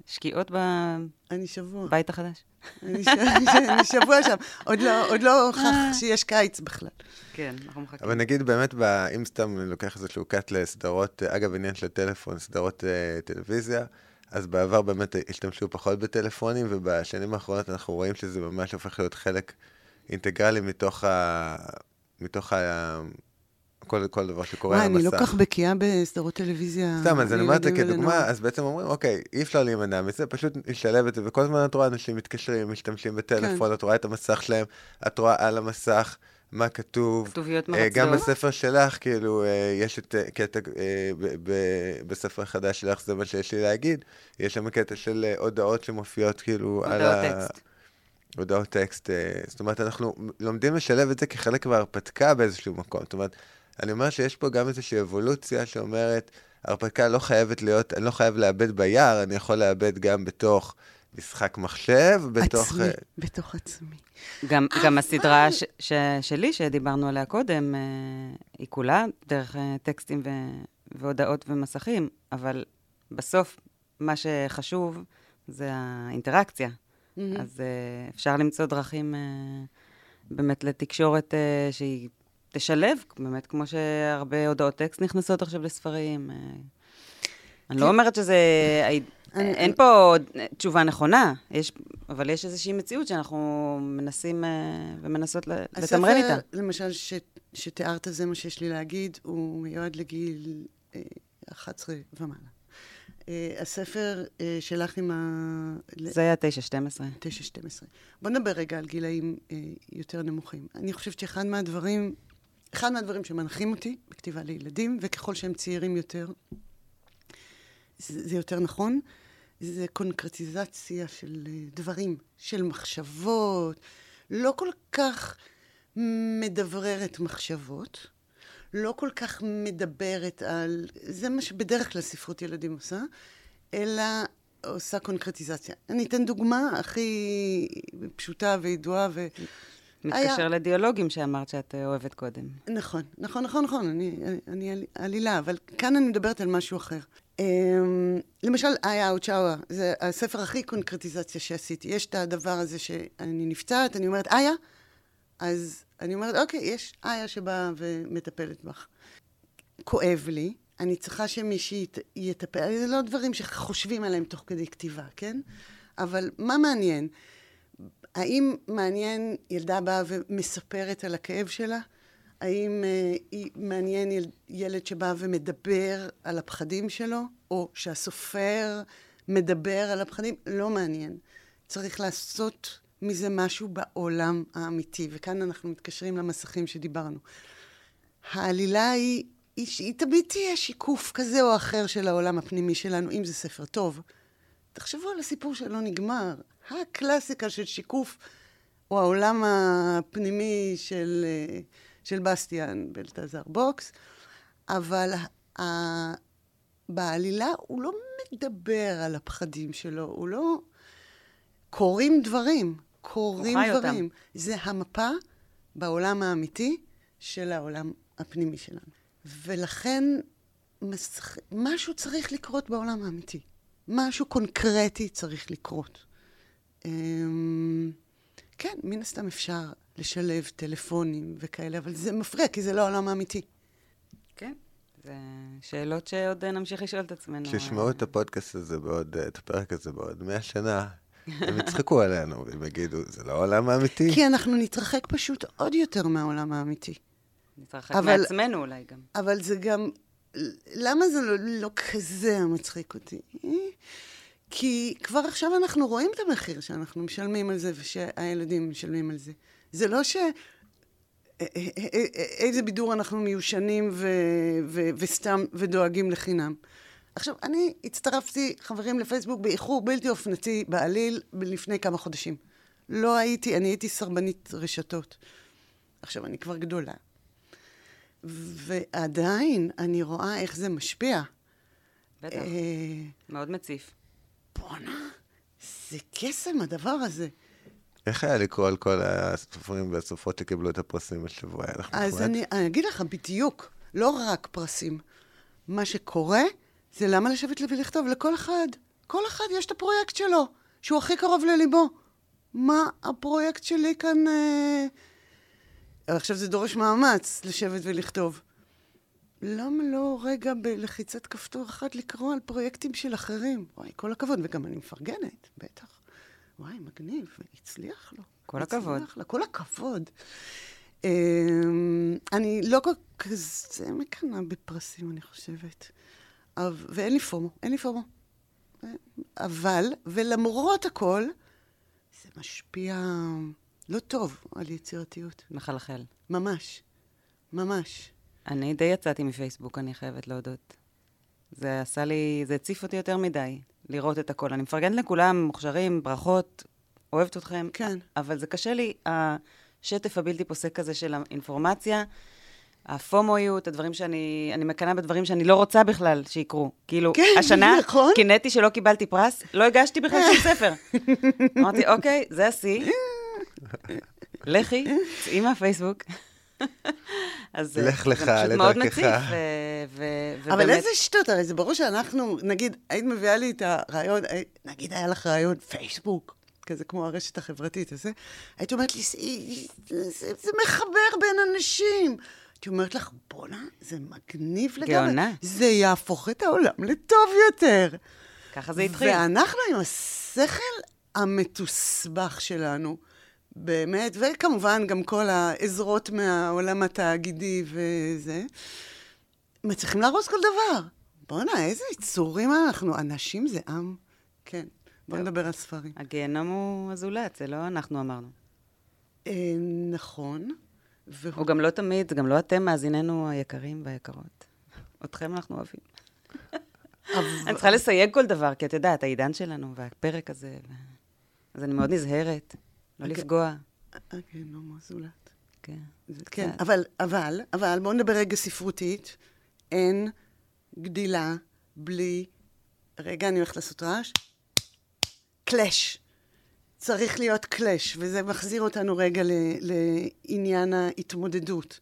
שקיעות אני שבוע. בבית החדש. אני שבוע שם. עוד לא הוכח שיש קיץ בכלל. כן, אנחנו מחכים. אבל נגיד באמת, אם סתם לוקח איזשהו קאט לסדרות, אגב, עניין של טלפון, סדרות טלוויזיה, אז בעבר באמת השתמשו פחות בטלפונים, ובשנים האחרונות אנחנו רואים שזה ממש הופך להיות חלק אינטגרלי מתוך כל דבר שקורה על המסך. אני לא כך בקיאה בסדרות טלוויזיה. סתם, אז אני אומר את זה כדוגמה, אז בעצם אומרים, אוקיי, אי אפשר להימנע מזה, פשוט לשלב את זה, וכל הזמן את רואה אנשים מתקשרים, משתמשים בטלפון, את רואה את המסך שלהם, את רואה על המסך מה כתוב. כתוביות מרצות. גם בספר שלך, כאילו, יש את קטע, בספר החדש שלך, זה מה שיש לי להגיד, יש שם קטע של הודעות שמופיעות, כאילו, על הודעות טקסט. זאת אומרת, אנחנו לומדים לשלב את זה כחלק מההרפתקה באיזשהו מקום. זאת אומרת, אני אומר שיש פה גם איזושהי אבולוציה שאומרת, ההרפתקה לא חייבת להיות, אני לא חייב לאבד ביער, אני יכול לאבד גם בתוך משחק מחשב, בתוך עצמי. גם הסדרה שלי, שדיברנו עליה קודם, היא כולה דרך טקסטים והודעות ומסכים, אבל בסוף מה שחשוב זה האינטראקציה. אז אפשר למצוא דרכים באמת לתקשורת שהיא תשלב, באמת כמו שהרבה הודעות טקסט נכנסות עכשיו לספרים. אני לא אומרת שזה... אין פה תשובה נכונה, אבל יש איזושהי מציאות שאנחנו מנסים ומנסות לתמרן איתה. הספר, למשל, שתיארת זה מה שיש לי להגיד, הוא מיועד לגיל 11 ומעלה. הספר שלך עם זה היה 9-12. 9-12. בוא נדבר רגע על גילאים יותר נמוכים. אני חושבת שאחד מהדברים שמנחים אותי בכתיבה לילדים, וככל שהם צעירים יותר, זה יותר נכון, זה קונקרטיזציה של דברים, של מחשבות, לא כל כך מדבררת מחשבות, לא כל כך מדברת על... זה מה שבדרך כלל ספרות ילדים עושה, אלא עושה קונקרטיזציה. אני אתן דוגמה הכי פשוטה וידועה מתקשר לדיאלוגים שאמרת שאת אוהבת קודם. נכון. אני עלילה, אבל כאן אני מדברת על משהו אחר. למשל, איה אוצ'אווה, זה הספר הכי קונקרטיזציה שעשיתי. יש את הדבר הזה שאני נפצעת, אני אומרת, איה, אז אני אומרת, אוקיי, יש איה שבאה ומטפלת בך. כואב לי, אני צריכה שמישהי יטפל, זה לא דברים שחושבים עליהם תוך כדי כתיבה, כן? אבל מה מעניין? האם מעניין ילדה באה ומספרת על הכאב שלה? האם מעניין ילד שבא ומדבר על הפחדים שלו? או שהסופר מדבר על הפחדים? לא מעניין. צריך לעשות מזה משהו בעולם האמיתי. וכאן אנחנו מתקשרים למסכים שדיברנו. העלילה היא תמיד תהיה שיקוף כזה או אחר של העולם הפנימי שלנו, אם זה ספר טוב. תחשבו על הסיפור שלא נגמר. הקלאסיקה של שיקוף, או העולם הפנימי של בסטיאן בלטזר בוקס, אבל בעלילה הוא לא מדבר על הפחדים שלו, הוא לא... קוראים דברים. אותם. זה המפה בעולם האמיתי של העולם הפנימי שלנו. ולכן משהו צריך לקרות בעולם האמיתי. משהו קונקרטי צריך לקרות. כן, מן הסתם אפשר לשלב טלפונים וכאלה, אבל זה מפריע, כי זה לא העולם האמיתי. כן, זה שאלות שעוד נמשיך לשאול את עצמנו. שישמעו את הפודקאסט הזה את הפרק הזה בעוד 100 שנה, הם יצחקו עלינו, והם יגידו, זה לא העולם האמיתי. כי אנחנו נתרחק פשוט עוד יותר מהעולם האמיתי. נתרחק מעצמנו אולי גם. אבל זה גם, למה זה לא כזה מצחיק אותי? כי כבר עכשיו אנחנו רואים את המחיר שאנחנו משלמים על זה, ושהילדים משלמים על זה. זה לא איזה בידור אנחנו מיושנים וסתם ודואגים לחינם. עכשיו, אני הצטרפתי, חברים, לפייסבוק באיחור בלתי אופנתי בעליל לפני כמה חודשים. לא הייתי, אני הייתי סרבנית רשתות. עכשיו, אני כבר גדולה. ועדיין אני רואה איך זה משפיע. בטח, מאוד מציף. בונה, זה קסם הדבר הזה. איך היה לקרוא על כל הסופרים והסופרות שקיבלו את הפרסים השבוע? אז אני אגיד לך בדיוק, לא רק פרסים. מה שקורה זה למה לשבת ולכתוב לכל אחד כל אחד יש את הפרויקט שלו, שהוא הכי קרוב לליבו. מה הפרויקט שלי כאן? עכשיו זה דורש מאמץ לשבת ולכתוב. למה לא רגע בלחיצת כפתור אחת לקרוא על פרויקטים של אחרים? וואי, כל הכבוד, וגם אני מפרגנת, בטח. וואי, מגניב, הצליח לו. כל הכבוד. כל הכבוד. אני לא כל כזה מקנה בפרסים, אני חושבת. ואין לי פומו, אין לי פומו. אבל, ולמרות הכל, זה משפיע לא טוב על יצירתיות. מחלחל. ממש, ממש. אני די יצאתי מפייסבוק, אני חייבת להודות. זה עשה לי, זה הציף אותי יותר מדי, לראות את הכל. אני מפרגנת לכולם, מוכשרים, ברכות, אוהבת אתכם. כן. אבל זה קשה לי, השטף הבלתי פוסק הזה של האינפורמציה, הפומואיות, הדברים שאני מקנה בדברים שאני לא רוצה בכלל שיקרו. כאילו, כן, השנה נכון. קינאתי שלא קיבלתי פרס, לא הגשתי בכלל שום ספר. אמרתי, אוקיי, זה השיא. לכי, צאי מהפייסבוק. אז לך לך, זה פשוט מאוד לדרכך. מציף, אבל איזה שטות, הרי זה ברור שאנחנו, נגיד, היית מביאה לי את הרעיון, נגיד היה לך רעיון פייסבוק, כזה כמו הרשת החברתית הזה, היית אומרת לי, זה מחבר בין אנשים. הייתי אומרת לך, בונה, זה מגניב לגמרי. גאונה. זה יהפוך את העולם לטוב יותר. ככה זה התחיל. ואנחנו עם השכל המתוסבך שלנו, באמת, וכמובן גם כל העזרות מהעולם התאגידי וזה, מצליחים להרוס כל דבר. בוא'נה, איזה יצורים אנחנו. אנשים זה עם. כן, בוא נדבר על ספרים. הגיהנום הוא הזולת, זה לא אנחנו אמרנו. נכון. הוא גם לא תמיד, זה גם לא אתם מאזיננו היקרים והיקרות. אתכם אנחנו אוהבים. אני צריכה לסייג כל דבר, כי את יודעת, העידן שלנו והפרק הזה, אז אני מאוד נזהרת, לא לפגוע. הגיהנום הזולת. כן. כן, אבל בואו נדבר רגע ספרותית. אין גדילה בלי, רגע, אני הולכת לעשות רעש. קלאש. צריך להיות קלאש, וזה מחזיר אותנו רגע לעניין ההתמודדות.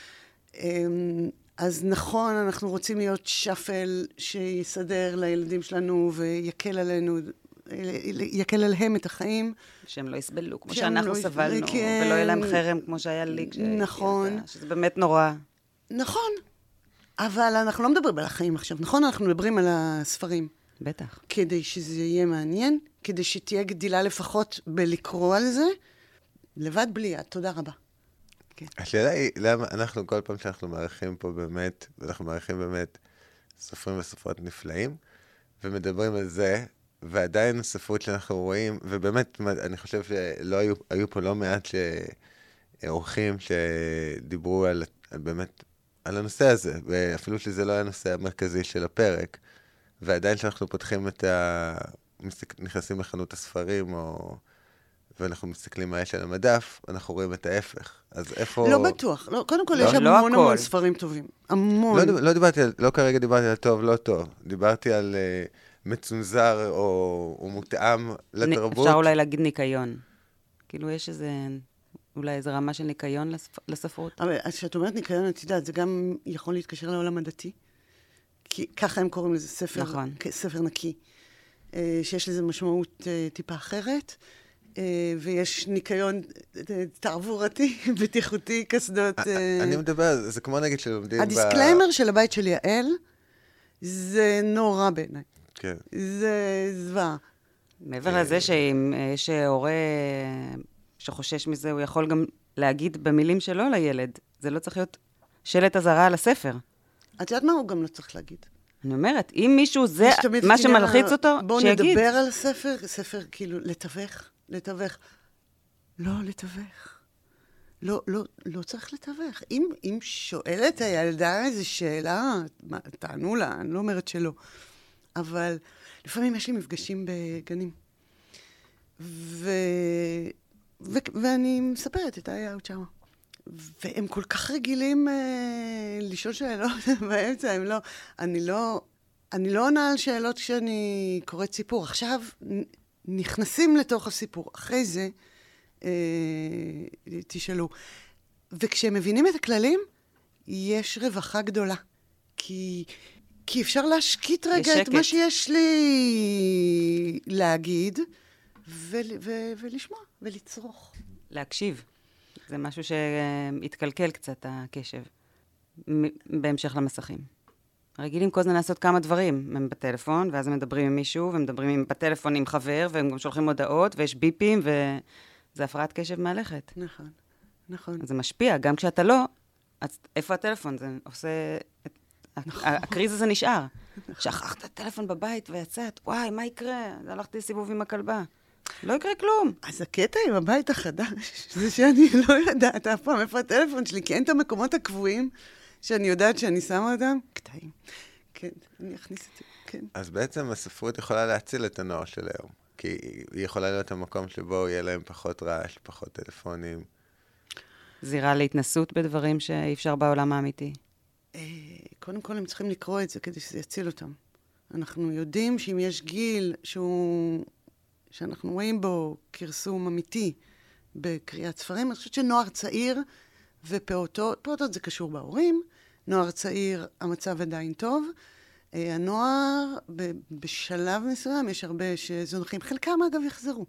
אז נכון, אנחנו רוצים להיות שפל שיסדר לילדים שלנו ויקל עלינו, יקל עליהם את החיים. שהם לא יסבלו, כמו שאנחנו סבלנו, ולא יהיה להם חרם כמו שהיה לי. נכון. שזה באמת נורא. נכון, אבל אנחנו לא מדברים על החיים עכשיו, נכון? אנחנו מדברים על הספרים. בטח. כדי שזה יהיה מעניין, כדי שתהיה גדילה לפחות בלקרוא על זה, לבד בלי יד. תודה רבה. כן. השאלה היא, למה אנחנו כל פעם שאנחנו מעריכים פה באמת, ואנחנו מעריכים באמת סופרים וסופרות נפלאים, ומדברים על זה, ועדיין הספרות שאנחנו רואים, ובאמת, אני חושב שלא היו פה לא מעט אורחים שדיברו על באמת, על הנושא הזה, ואפילו שזה לא היה הנושא המרכזי של הפרק, ועדיין שאנחנו פותחים נכנסים לחנות הספרים, ואנחנו מסתכלים מה יש על המדף, אנחנו רואים את ההפך. אז איפה... לא בטוח. קודם כל, יש המון ספרים טובים. המון. לא כרגע דיברתי על טוב, לא טוב. דיברתי על מצונזר או מותאם לתרבות. אפשר אולי להגיד ניקיון. כאילו יש אולי איזו רמה של ניקיון לספרות. אבל כשאת אומרת ניקיון, את יודעת, זה גם יכול להתקשר לעולם הדתי. כי ככה הם קוראים לזה ספר, נכון. ספר נקי. שיש לזה משמעות טיפה אחרת. ויש ניקיון תעבורתי, בטיחותי, קסדות. אני מדבר, זה כמו נגיד שלומדים הדיסקליימר של הבית של יעל, זה נורא בעיניי. כן. זה זוועה. מעבר לזה שאם יש הורה שחושש מזה, הוא יכול גם להגיד במילים שלו לילד. זה לא צריך להיות שלט אזהרה על הספר. את יודעת מה הוא גם לא צריך להגיד? אני אומרת, אם מישהו זה מה שמלחיץ אותו, בואו שיגיד. נדבר על ספר כאילו לתווך. לא לתווך. לא צריך לתווך. אם שואלת הילדה איזו שאלה, תענו לה, אני לא אומרת שלא. אבל לפעמים יש לי מפגשים בגנים. ואני מספרת את האיות שמה. והם כל כך רגילים לשאול שאלות באמצע, הם לא... אני לא עונה על שאלות כשאני קוראת סיפור. עכשיו נכנסים לתוך הסיפור. אחרי זה תשאלו. וכשהם מבינים את הכללים, יש רווחה גדולה. כי כי אפשר להשקיט רגע את שקט. מה שיש לי להגיד, ולשמוע, ולצרוך. להקשיב. זה משהו שהתקלקל קצת, הקשב, בהמשך למסכים. רגילים כל הזמן לעשות כמה דברים. הם בטלפון, ואז הם מדברים עם מישהו, ומדברים בטלפון עם חבר, והם גם שולחים הודעות, ויש ביפים, וזה הפרעת קשב מהלכת. נכון, נכון. אז זה משפיע, גם כשאתה לא, אז איפה הטלפון? זה עושה... הקריז הזה נשאר. שכחת הטלפון בבית ויצאת, וואי, מה יקרה? הלכתי לסיבוב עם הכלבה. לא יקרה כלום. אז הקטע עם הבית החדש, זה שאני לא יודעת אף פעם איפה הטלפון שלי, כי אין את המקומות הקבועים שאני יודעת שאני שמה אותם. קטעים. כן, אני אכניס את זה, כן. אז בעצם הספרות יכולה להציל את הנוער של היום, כי היא יכולה להיות המקום שבו יהיה להם פחות רעש, פחות טלפונים. זירה להתנסות בדברים שאי אפשר בעולם האמיתי. קודם כל הם צריכים לקרוא את זה כדי שזה יציל אותם. אנחנו יודעים שאם יש גיל שאנחנו רואים בו כרסום אמיתי בקריאת ספרים, אני חושבת שנוער צעיר ופעוטות זה קשור בהורים, נוער צעיר המצב עדיין טוב, הנוער בשלב מסוים יש הרבה שזונחים, חלקם אגב יחזרו.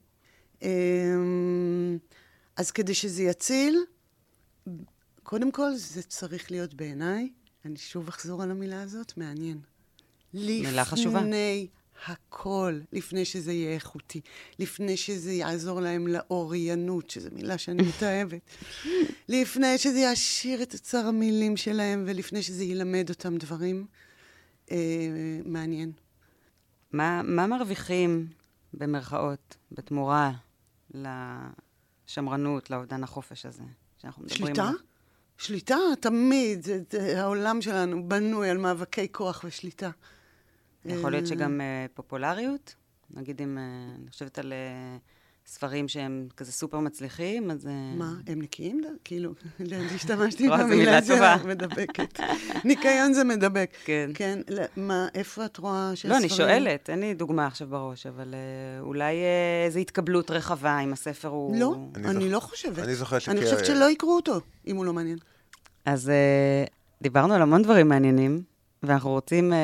אז כדי שזה יציל, קודם כל זה צריך להיות בעיניי, אני שוב אחזור על המילה הזאת, מעניין. מילה חשובה. לפני הכל, לפני שזה יהיה איכותי, לפני שזה יעזור להם לאוריינות, שזו מילה שאני מתאהבת, לפני שזה יעשיר את אוצר המילים שלהם, ולפני שזה ילמד אותם דברים, מעניין. מה מרוויחים במרכאות, בתמורה לשמרנות, לאובדן החופש הזה? שאנחנו מדברים שליטה? עליו? שליטה, תמיד. העולם שלנו בנוי על מאבקי כוח ושליטה. יכול להיות שגם פופולריות? נגיד אם אני חושבת על ספרים שהם כזה סופר מצליחים, אז... מה, הם נקיים? כאילו, השתמשתי זו במילה מילה טובה. מדבקת. ניקיון זה מדבק. כן. כן, מה, איפה את רואה שהספרים... לא, אני שואלת, אין לי דוגמה עכשיו בראש, אבל אולי איזו התקבלות רחבה אם הספר הוא... לא, אני לא חושבת. אני זוכר אני חושבת שלא יקראו אותו, אם הוא לא מעניין. אז דיברנו על המון דברים מעניינים, ואנחנו רוצים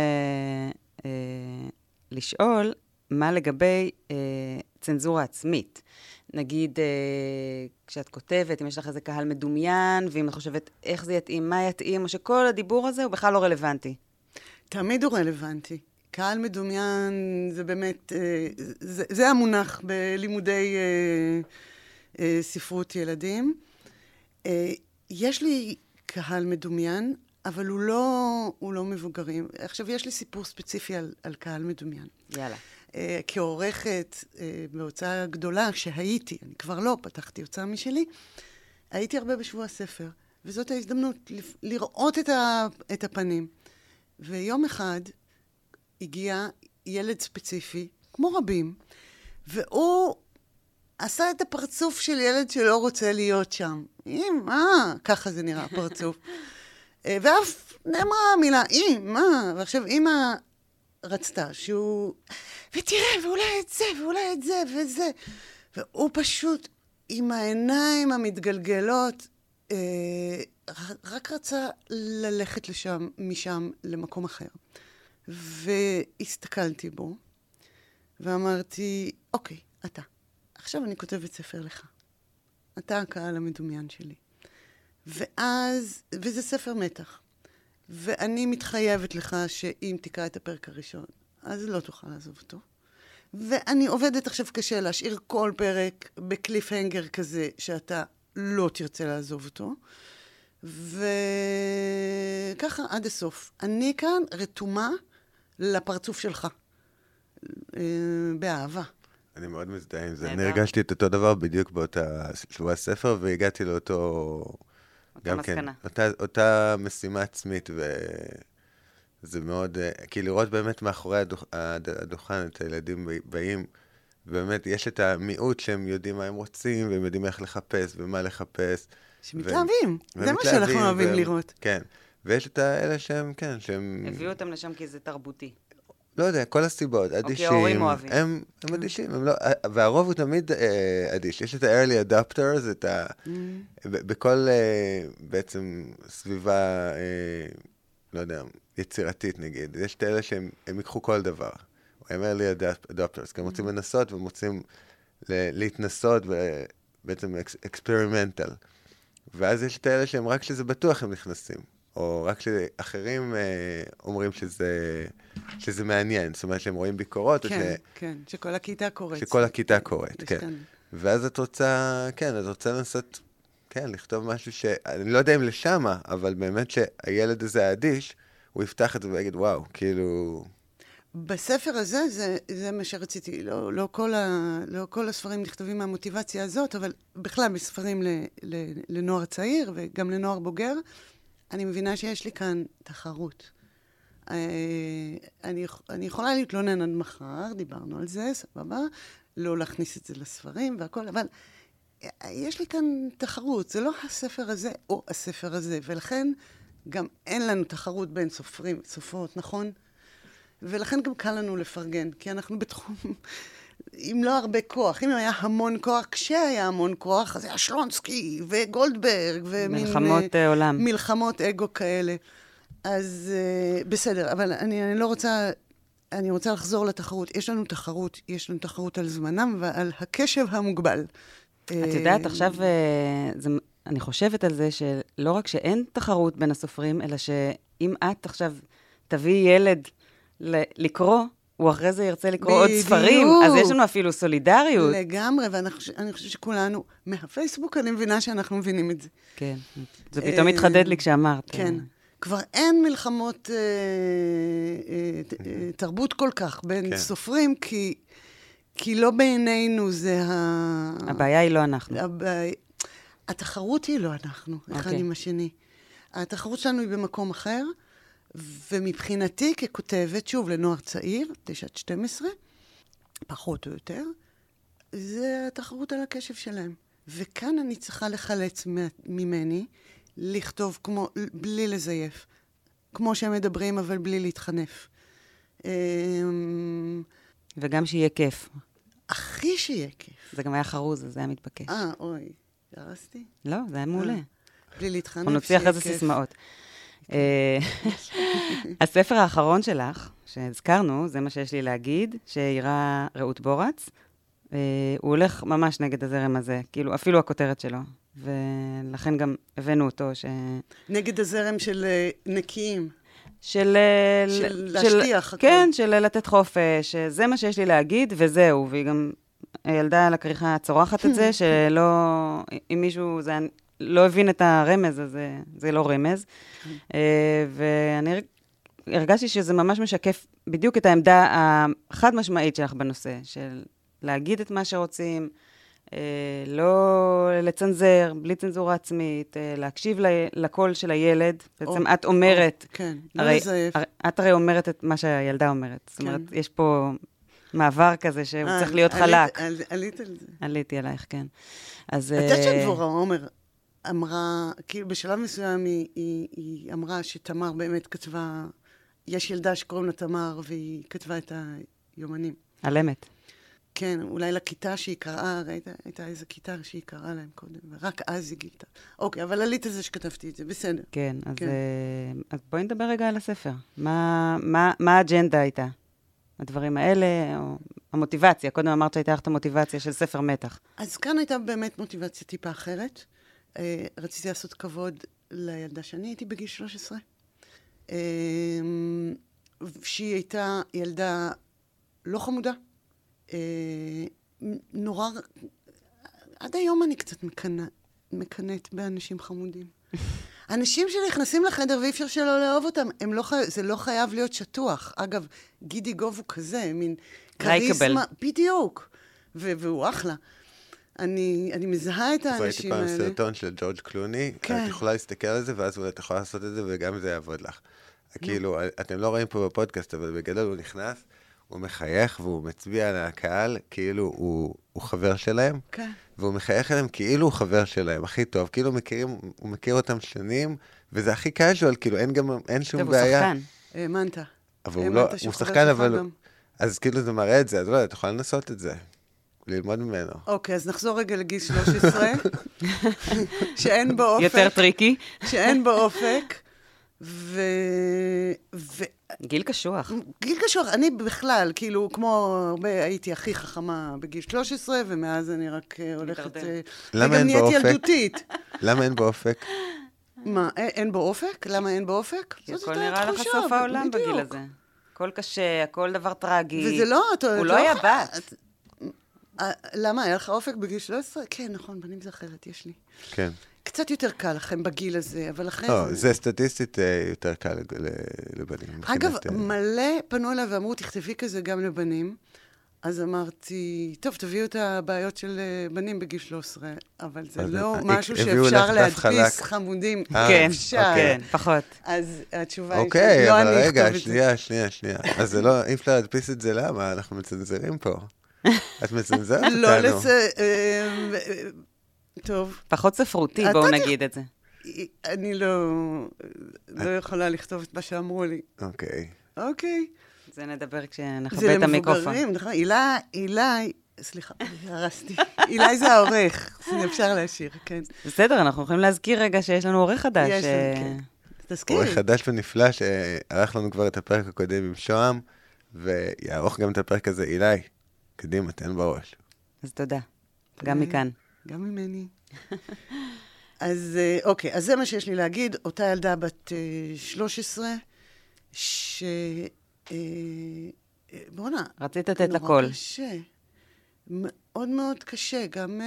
לשאול מה לגבי צנזורה עצמית. נגיד, כשאת כותבת, אם יש לך איזה קהל מדומיין, ואם את חושבת איך זה יתאים, מה יתאים, או שכל הדיבור הזה הוא בכלל לא רלוונטי. תמיד הוא רלוונטי. קהל מדומיין זה באמת, זה המונח בלימודי ספרות ילדים. יש לי קהל מדומיין, אבל הוא לא מבוגרים. עכשיו, יש לי סיפור ספציפי על קהל מדומיין. יאללה. כעורכת בהוצאה גדולה שהייתי, אני כבר לא פתחתי הוצאה משלי, הייתי הרבה בשבוע הספר, וזאת ההזדמנות לראות את הפנים. ויום אחד הגיע ילד ספציפי, כמו רבים, והוא עשה את הפרצוף של ילד שלא רוצה להיות שם. ככה זה נראה הפרצוף. ואף נאמרה המילה, ועכשיו אמא רצתה שהוא, ותראה, ואולי את זה, ואולי את זה, וזה. והוא פשוט, עם העיניים המתגלגלות, רק רצה ללכת משם למקום אחר. והסתכלתי בו, ואמרתי, אוקיי, אתה. עכשיו אני כותבת ספר לך. אתה הקהל המדומיין שלי. וזה ספר מתח. ואני מתחייבת לך שאם תקרא את הפרק הראשון, אז לא תוכל לעזוב אותו. ואני עובדת עכשיו קשה להשאיר כל פרק בקליפהנגר כזה, שאתה לא תרצה לעזוב אותו. וככה עד הסוף. אני כאן רתומה לפרצוף שלך. באהבה. אני מאוד מזדהה עם זה. אני הרגשתי את אותו דבר בדיוק באותה שבוע הספר, והגעתי לאותו... גם כן, אותה משימה עצמית, וזה מאוד, כי לראות באמת מאחורי הדוכן את הילדים באים, ובאמת יש את המיעוט שהם יודעים מה הם רוצים, והם יודעים איך לחפש ומה לחפש. שמתלהבים, זה מה שאנחנו אוהבים לראות. כן, ויש את האלה שהם, כן, שהם... הביאו אותם לשם כי זה תרבותי. לא יודע, כל הסיבות, אדישים. ההורים אוהבים. הם אדישים, והרוב הוא תמיד אדיש. יש את ה-early adopters, בכל בעצם סביבה לא יודע, יצירתית נגיד. יש את אלה שהם ייקחו כל דבר. הם early adopters, כי הם רוצים לנסות והם רוצים להתנסות ובעצם experimental. ואז יש את אלה שהם רק שזה בטוח הם נכנסים. או רק שאחרים אומרים שזה מעניין. זאת אומרת שהם רואים ביקורות. כן, כן, שכל הכיתה קוראת. שכל הכיתה קוראת, כן. ואז את רוצה, כן, את רוצה לנסות, כן, לכתוב משהו אני לא יודע אם לשמה, אבל באמת שהילד הזה האדיש, הוא יפתח את זה ויגיד, וואו, כאילו... בספר הזה, זה מה שרציתי. לא כל הספרים נכתבים מהמוטיבציה הזאת, אבל בכלל בספרים לנוער צעיר וגם לנוער בוגר, אני מבינה שיש לי כאן תחרות. אני יכולה להתלונן עד מחר, דיברנו על זה, סבבה, לא להכניס את זה לספרים והכל, אבל יש לי כאן תחרות. זה לא הספר הזה או הספר הזה, ולכן גם אין לנו תחרות בין סופרות, נכון? ולכן גם קל לנו לפרגן, כי אנחנו בתחום, אם לא הרבה כוח, אם היה המון כוח, כשהיה המון כוח, אז היה שלונסקי וגולדברג, מלחמות עולם. מלחמות אגו כאלה. אז בסדר, אבל אני לא רוצה, אני רוצה לחזור לתחרות. יש לנו תחרות על זמנם ועל הקשב המוגבל. את יודעת, עכשיו, אני חושבת על זה שלא רק שאין תחרות בין הסופרים, אלא שאם את עכשיו תביא ילד לקרוא, הוא אחרי זה ירצה לקרוא עוד ספרים, אז יש לנו אפילו סולידריות. לגמרי, ואני חושבת שכולנו, מהפייסבוק אני מבינה שאנחנו מבינים את זה. כן, זה פתאום התחדד לי כשאמרת. כן, כבר אין מלחמות תרבות כל כך בין סופרים, כי לא בעינינו זה הבעיה היא לא אנחנו. התחרות היא לא אנחנו, אחד עם השני. התחרות שלנו היא במקום אחר, ומבחינתי ככותבת, שוב, לנוער צעיר, 9-12, פחות או יותר, זה התחרות על הקשב שלהם. וכאן אני צריכה לחלץ ממני, לכתוב בלי לזייף. כמו שהם מדברים, אבל בלי להתחנף. וגם שיהיה כיף. הכי שיהיה כיף. זה גם היה חרוז, זה היה מתבקש. אוי, דרסתי? לא, זה היה מעולה. בלי להתחנף, אנחנו נוציא אחרי זה סיסמאות. הספר האחרון שלך, שהזכרנו, זה מה שיש לי להגיד, שהירה רעות בורץ. הוא הולך ממש נגד הזרם הזה, כאילו אפילו הכותרת שלו. ולכן גם הבאנו אותו נגד הזרם של נקיים. של להשטיח. כן, של לתת חופש, זה מה שיש לי להגיד, וזהו. והיא גם ילדה על הכריכה צורחת את זה, שלא, אם מישהו לא הבין את הרמז, אז זה לא רמז. ואני הרגשתי שזה ממש משקף בדיוק את העמדה החד משמעית שלך בנושא, של להגיד את מה שרוצים, לא לצנזר, בלי צנזורה עצמית, להקשיב לקול של הילד. בעצם את אומרת, את הרי אומרת את מה שהילדה אומרת. זאת אומרת, יש פה מעבר כזה שהוא צריך להיות חלק. עלית על זה. עליתי עלייך, כן. את יודעת שדבורה עומר אמרה, כאילו בשלב מסוים היא אמרה שתמר באמת כתבה, יש ילדה שקוראים לה תמר, והיא כתבה את היומנים. על אמת. כן, אולי לכיתה שהיא קראה, הייתה איזו כיתה שהיא קראה להם קודם, ורק אז היא גילתה. אוקיי, אבל עלית על זה שכתבתי את זה, בסדר. כן, אז בואי נדבר רגע על הספר. מה האג'נדה הייתה? הדברים האלה, או המוטיבציה? קודם אמרת שהייתה לך את המוטיבציה של ספר מתח. אז כאן הייתה באמת מוטיבציה טיפה אחרת. רציתי לעשות כבוד לילדה שאני הייתי בגיל 13. שהיא הייתה ילדה לא חמודה. נורא, עד היום אני קצת מקנאת באנשים חמודים. אנשים שנכנסים לחדר ואי אפשר שלא לאהוב אותם, זה לא חייב להיות שטוח. אגב, גידי גוב הוא כזה, מין קריסמה, בדיוק, והוא אחלה. אני מזהה את האנשים האלה. ראיתי פעם סרטון של ג'ורג' קלוני, את יכולה להסתכל על זה, ואז את יכולה לעשות את זה, וגם זה יעבוד לך. כאילו, אתם לא רואים פה בפודקאסט, אבל בגדול הוא נכנס, הוא מחייך והוא מצביע על הקהל, כאילו הוא חבר שלהם, והוא מחייך אליהם כאילו הוא חבר שלהם, הכי טוב, כאילו הוא מכיר אותם שנים, וזה הכי קאז'ואל, כאילו אין שום בעיה. טוב, הוא שחקן. האמנת. אבל הוא שחקן, אבל... אז כאילו זה מראה את זה, אז לא, אתה יכול לנסות את זה, ללמוד ממנו. אוקיי, אז נחזור רגע לגיל 13, שאין בו אופק. יותר טריקי. שאין בו אופק, גיל קשוח. גיל קשוח, אני בכלל, כאילו, כמו הרבה, הייתי הכי חכמה בגיל 13, ומאז אני רק הולכת... למה אין בו אופק? ילדותית. למה אין בו אופק? מה, אין בו אופק? למה אין בו אופק? כי הכל נראה לך סוף העולם בגיל הזה. הכל קשה, הכל דבר טרגי. וזה לא... הוא לא היה בת. למה, היה לך אופק בגיל 13? כן, נכון, בנים זה אחרת, יש לי. כן. קצת יותר קל לכם בגיל הזה, אבל לכם... לא, זה סטטיסטית יותר קל לבנים. אגב, מלא פנו אליי ואמרו, תכתבי כזה גם לבנים. אז אמרתי, טוב, תביאו את הבעיות של בנים בגיל 13, אבל זה לא משהו שאפשר להדפיס חמודים. כן, כן, פחות. אז התשובה היא שלא אני אכתוב את זה. רגע, שנייה. אז זה לא, אי אפשר להדפיס את זה, למה? אנחנו מצנזרים פה. את מצנזרת אותנו. לא טוב. פחות ספרותי, בואו נגיד את זה. אני לא יכולה לכתוב את מה שאמרו לי. אוקיי. זה נדבר כשנחבא את המיקרופון. זה למבוגרים, נכון. אילי, סליחה, הרסתי. אילי זה העורך, זה אפשר להשאיר, כן. בסדר, אנחנו יכולים להזכיר רגע שיש לנו עורך חדש. יש לנו, כן. תזכיר. עורך חדש ונפלא, שערך לנו כבר את הפרק הקודם עם שוהם, ויערוך גם את הפרק הזה, אילי. קדימה, תן בראש. אז תודה. גם מכאן. גם ממני. אז אוקיי, אז זה מה שיש לי להגיד. אותה ילדה בת 13, בוא'נה. רצית לתת לכל. קשה. מאוד מאוד קשה,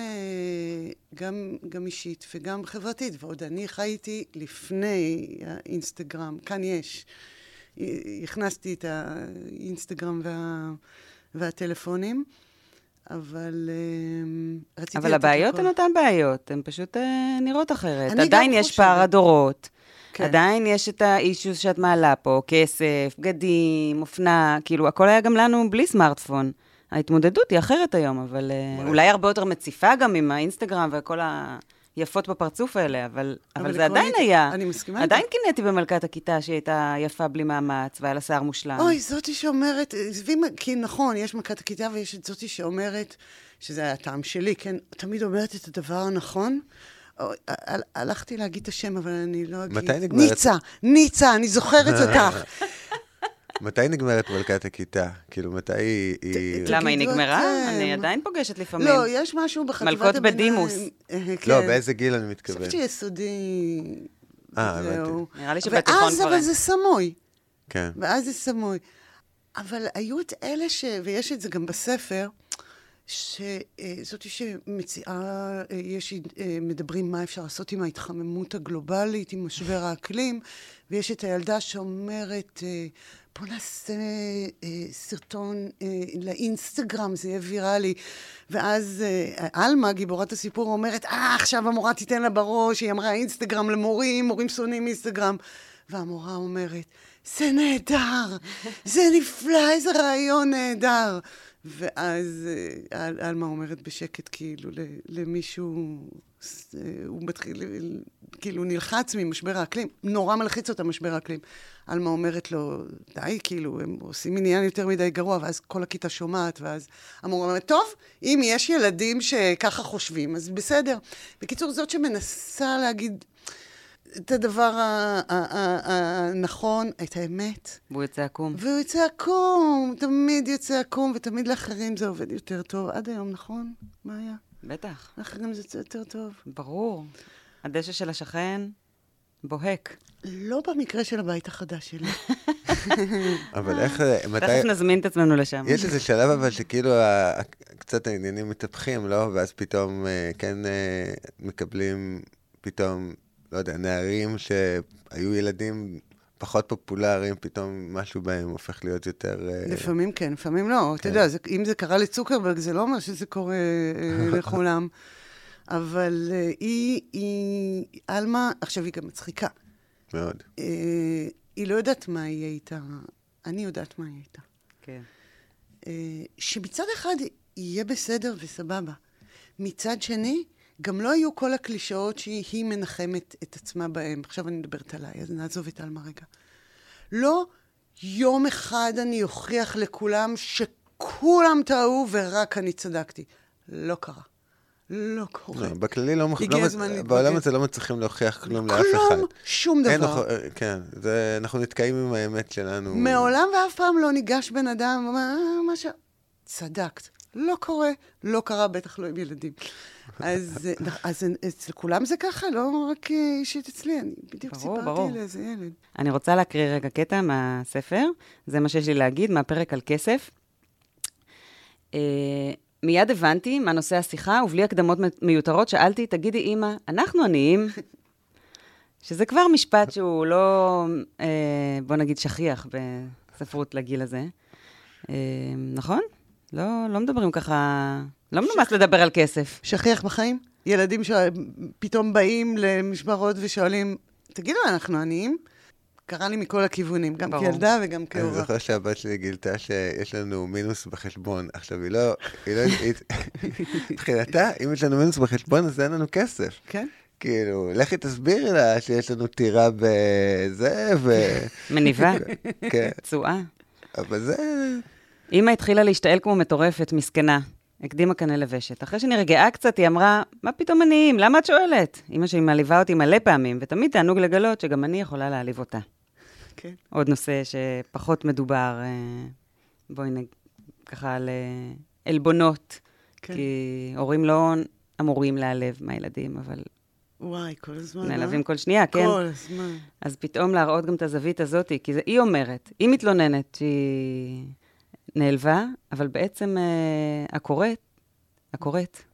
גם אישית וגם חברתית. ועוד אני חייתי לפני האינסטגרם. כאן יש. הכנסתי את האינסטגרם והטלפונים. אבל רציתי... אבל הבעיות הן אותן בעיות, הן פשוט נראות אחרת. עדיין יש פער הדורות, עדיין יש את האישוס שאת מעלה פה, כסף, בגדים, אופנה, כאילו, הכל היה גם לנו בלי סמארטפון. ההתמודדות היא אחרת היום, אבל אולי הרבה יותר מציפה גם עם האינסטגרם וכל היפות בפרצוף האלה, אבל זה עדיין היה. אני מסכימה. עדיין קינאתי במלכת הכיתה שהיא הייתה יפה בלי מאמץ, והיה לה שיער מושלם. אוי, זאתי שאומרת, כי נכון, יש מלכת הכיתה ויש את זאתי שאומרת, שזה היה הטעם שלי, כן, תמיד אומרת את הדבר הנכון. הלכתי להגיד את השם, אבל אני לא אגיד. מתי נגמרת? ניצה, אני זוכרת אותך. מתי נגמרת מלכת הכיתה? כאילו, מתי היא... למה היא נגמרה? אני עדיין פוגשת לפעמים. לא, יש משהו בחטיבת מלכות בדימוס. לא, באיזה גיל אני מתכוון? חושבת שיסודי. הבנתי. נראה לי שבתיכון כבר... ואז אבל זה סמוי. כן. ואז זה סמוי. אבל היו את אלה ויש את זה גם בספר, שזאתי שמציעה, מדברים מה אפשר לעשות עם ההתחממות הגלובלית, עם משבר האקלים, ויש את הילדה שאומרת, בוא נעשה סרטון לאינסטגרם, זה יהיה ויראלי. ואז אלמה, גיבורת הסיפור, אומרת, עכשיו המורה תיתן לה בראש, היא אמרה אינסטגרם למורים, מורים שונאים אינסטגרם. והמורה אומרת, זה נהדר, זה נפלא, איזה רעיון נהדר. ואז אלמה אומרת בשקט, כאילו, למישהו, הוא מתחיל, כאילו, נלחץ ממשבר האקלים, נורא מלחיץ אותה משבר האקלים. אלמה אומרת לו, די, כאילו, הם עושים עניין יותר מדי גרוע, ואז כל הכיתה שומעת, ואז המורה אומרת, טוב, אם יש ילדים שככה חושבים, אז בסדר. בקיצור, זאת שמנסה להגיד את הדבר הנכון, את האמת. והוא יוצא עקום. והוא יוצא עקום, תמיד יוצא עקום, ותמיד לאחרים זה עובד יותר טוב. עד היום, נכון? מה היה? בטח. לאחרים זה יוצא יותר טוב. ברור. הדשא של השכן בוהק. לא במקרה של הבית החדש שלי. אבל איך, מתי... תכף נזמין את עצמנו לשם. יש איזה שלב אבל שכאילו קצת העניינים מתהפכים, לא? ואז פתאום כן מקבלים פתאום, לא יודע, נערים שהיו ילדים פחות פופולריים, פתאום משהו בהם הופך להיות יותר... לפעמים כן, לפעמים לא. אתה יודע, אם זה קרה לצוקרברג, זה לא אומר שזה קורה לכולם. אבל אלמה, עכשיו היא גם מצחיקה. מאוד. היא לא יודעת מה יהיה איתה. אני יודעת מה יהיה איתה. כן. שמצד אחד יהיה בסדר וסבבה. מצד שני, גם לא היו כל הקלישאות שהיא מנחמת את עצמה בהם. עכשיו אני מדברת עליי, אז נעזוב את אלמה רגע. לא יום אחד אני אוכיח לכולם שכולם טעו ורק אני צדקתי. לא קרה. לא קורה. לא, בכללי הגיע הזמן בעולם להתבגר. הזה לא מצליחים להוכיח כלום לאף אחד. כלום, שום דבר. כן, אנחנו נתקעים עם האמת שלנו. מעולם ואף פעם לא ניגש בן אדם, ואומר, מה ש... צדקת. לא קורה, לא קרה, בטח לא עם ילדים. אז אצל כולם זה ככה, לא רק אישית אצלי, אני בדיוק סיפרתי לאיזה ילד. אני רוצה להקריא רגע קטע מהספר, זה מה שיש לי להגיד, מהפרק על כסף. מיד הבנתי מה נושא השיחה, ובלי הקדמות מיותרות שאלתי, תגידי אמא, אנחנו עניים? שזה כבר משפט שהוא לא, בוא נגיד, שכיח בספרות לגיל הזה. נכון? לא מדברים ככה, לא ממש לדבר על כסף. שכיח בחיים? ילדים שפתאום באים למשמרות ושואלים, תגידו, אנחנו עניים? קרה לי מכל הכיוונים, גם כילדה וגם כהורה. אני זוכר שהבת שלי גילתה שיש לנו מינוס בחשבון. עכשיו, היא לא, תחילתה, אם יש לנו מינוס בחשבון, אז אין לנו כסף. כן? כאילו, לכי תסבירי לה שיש לנו טירה בזה, מניבה, כן. צועה. אבל זה... אמא התחילה להשתעל כמו מטורפת, מסכנה. הקדימה קנה לבשת. אחרי שנרגעה קצת, היא אמרה, מה פתאום עניים? למה את שואלת? אמא שלי מעליבה אותי מלא פעמים, ותמיד תענוג לגלות שגם אני יכולה להעליב אותה. כן. עוד נושא שפחות מדובר, בואי ככה על עלבונות, כן. כי הורים לא אמורים להעלב מהילדים, אבל וואי, כל הזמן, נעלבים כל שנייה, כן? כל הזמן. אז פתאום להראות גם את הזווית הזאת, כי היא אומרת, היא מתלוננת שהיא נעלבה, אבל בעצם הקוראת,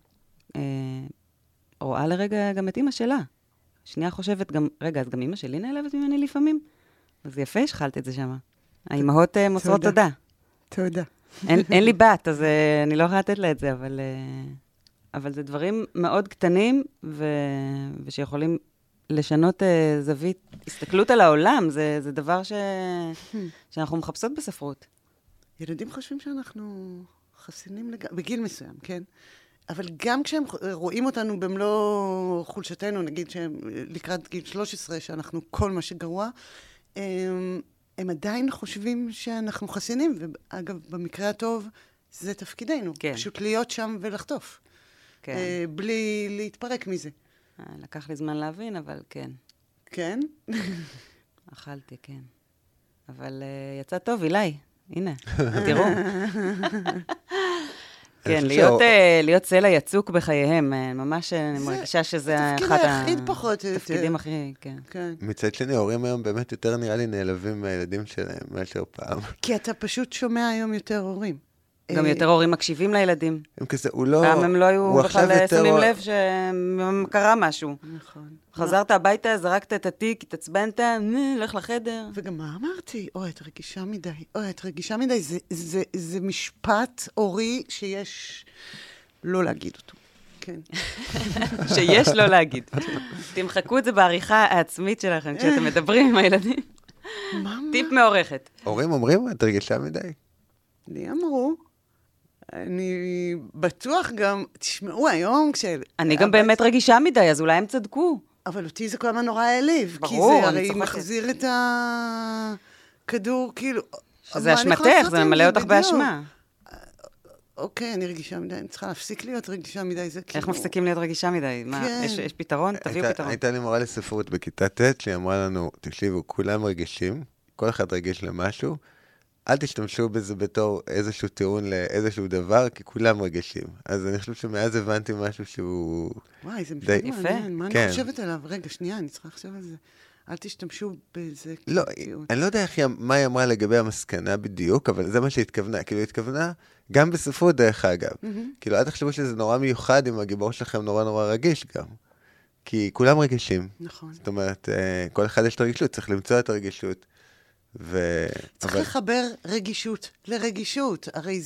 רואה לרגע גם את אמא שלה. שנייה חושבת גם, רגע, אז גם אמא שלי נעלבת ממני לפעמים? אז יפה, השחלת את זה שם. האמהות מוסרות תודה. תודה. אין לי בת, אז אני לא יכולה לתת לה את זה, אבל זה דברים מאוד קטנים, ושיכולים לשנות זווית, הסתכלות על העולם, זה דבר שאנחנו מחפשות בספרות. ילדים חושבים שאנחנו חסינים בגיל מסוים, כן? אבל גם כשהם רואים אותנו במלוא חולשתנו, נגיד שהם לקראת גיל 13, שאנחנו כל מה שגרוע, הם עדיין חושבים שאנחנו חסינים, ואגב, במקרה הטוב, זה תפקידנו. כן. פשוט להיות שם ולחטוף. כן. בלי להתפרק מזה. לקח לי זמן להבין, אבל כן. כן? אכלתי, כן. אבל יצא טוב, אילי. הנה, תראו. כן, להיות סלע יצוק בחייהם, ממש אני מרגישה שזה אחד התפקיד פחות או יותר. התפקידים הכי, כן. מצד שני, ההורים היום באמת יותר נראה לי נעלבים מהילדים שלהם, מאשר פעם. כי אתה פשוט שומע היום יותר הורים. גם יותר הורים מקשיבים לילדים. הם כזה, הוא לא... פעם הם לא היו בכלל שמים לב שקרה משהו. נכון. חזרת הביתה, זרקת את התיק, התעצבנת, לך לחדר. וגם מה אמרתי? את רגישה מדי. את רגישה מדי. זה משפט הורי שיש לא להגיד אותו. כן. שיש לא להגיד. תמחקו את זה בעריכה העצמית שלכם, כשאתם מדברים עם הילדים. טיפ מעורכת. הורים אומרים, את רגישה מדי. לי אמרו. אני בטוח גם, תשמעו היום אני גם באמת רגישה מדי, אז אולי הם צדקו. אבל אותי זה כל הזמן נורא העליב. ברור, כי זה הרי מחזיר את הכדור, כאילו... שזה אשמתך, זה ממלא אותך באשמה. אוקיי, אני רגישה מדי, אני צריכה להפסיק להיות רגישה מדי, זה כאילו... איך מפסיקים להיות רגישה מדי? מה, יש פתרון? תביאו פתרון. הייתה לי מורה לספרות בכיתה ט' שהיא אמרה לנו, תקשיבו, כולם רגישים, כל אחד רגיש למשהו, אל תשתמשו בזה בתור איזשהו טיעון לאיזשהו דבר, כי כולם רגישים. אז אני חושב שמאז הבנתי משהו שהוא... וואי, זה משהו מעניין. מה אני חושבת עליו? רגע, שנייה, אני צריכה לחשוב על זה. אל תשתמשו בזה לא, אני לא יודע מה היא אמרה לגבי המסקנה בדיוק, אבל זה מה שהתכוונה. כאילו, התכוונה גם בספרות דרך אגב. כאילו, אל תחשבו שזה נורא מיוחד אם הגיבור שלכם נורא נורא רגיש גם. כי כולם רגישים. נכון. זאת אומרת, כל אחד יש את הרגישות, צריך למצוא את הרגישות. צריך לחבר רגישות לרגישות. הרי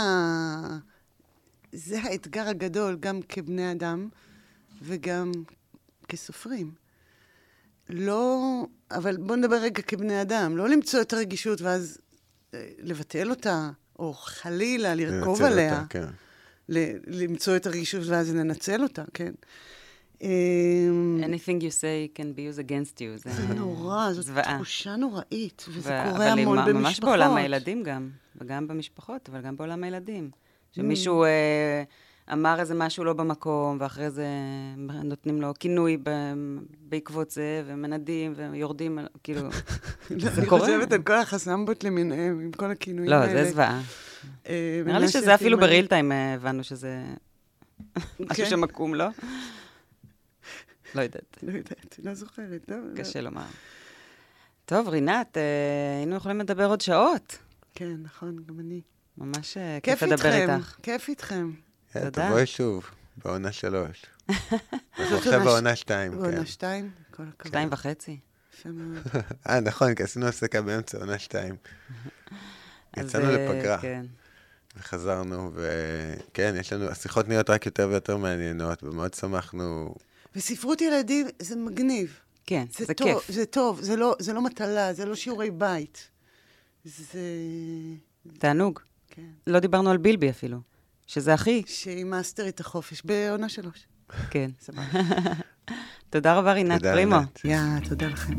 זה האתגר הגדול, גם כבני אדם וגם כסופרים. לא, אבל בוא נדבר רגע כבני אדם. לא למצוא את הרגישות ואז לבטל אותה, או חלילה לרכוב עליה. אותה, כן. למצוא את הרגישות ואז לנצל אותה, כן. Anything you say can be used against you. זה נורא, זאת תחושה נוראית, וזה קורה המון במשפחות. ממש בעולם הילדים גם, וגם במשפחות, אבל גם בעולם הילדים. שמישהו אמר איזה משהו לא במקום, ואחרי זה נותנים לו כינוי בעקבות זה, ומנדים ויורדים, כאילו, זה קורה. אני חושבת על כל החסמבות למיניהם, עם כל הכינויים האלה. לא, זה זוועה. נראה לי שזה אפילו בריל טיים הבנו שזה משהו שמקום, לא? לא יודעת. לא זוכרת. קשה לומר. טוב, רינת, היינו יכולים לדבר עוד שעות. כן, נכון, גם אני. ממש כיף לדבר איתך. כיף איתכם. תודה. תבואי שוב, בעונה 3. אנחנו עכשיו בעונה 2, כן. בעונה 2? כל הכבוד. 2.5. יפה מאוד. נכון, כי עשינו הפסקה באמצע עונה 2. יצאנו לפגרה. כן. וחזרנו, וכן, יש לנו, השיחות נהיות רק יותר ויותר מעניינות, ומאוד שמחנו. וספרות ילדים זה מגניב. כן, זה כיף. זה טוב, זה לא מטלה, זה לא שיעורי בית. זה... תענוג. כן. לא דיברנו על בילבי אפילו, שזה הכי. שהיא מאסטר את החופש בעונה 3. כן. תודה רבה, רינת פרימו. תודה לכם.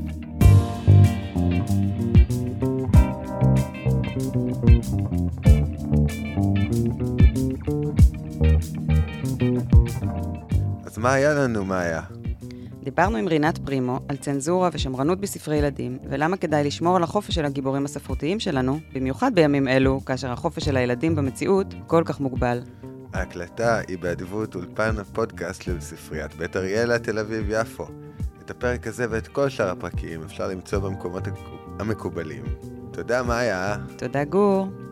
אז מה היה לנו, מה היה? דיברנו עם רינת פרימו על צנזורה ושמרנות בספרי ילדים, ולמה כדאי לשמור על החופש של הגיבורים הספרותיים שלנו, במיוחד בימים אלו, כאשר החופש של הילדים במציאות כל כך מוגבל. ההקלטה היא באדיבות אולפן הפודקאסט לספריית בית אריאלה, תל אביב, יפו. את הפרק הזה ואת כל שאר הפרקים אפשר למצוא במקומות המקובלים. תודה, מאיה. תודה, גור.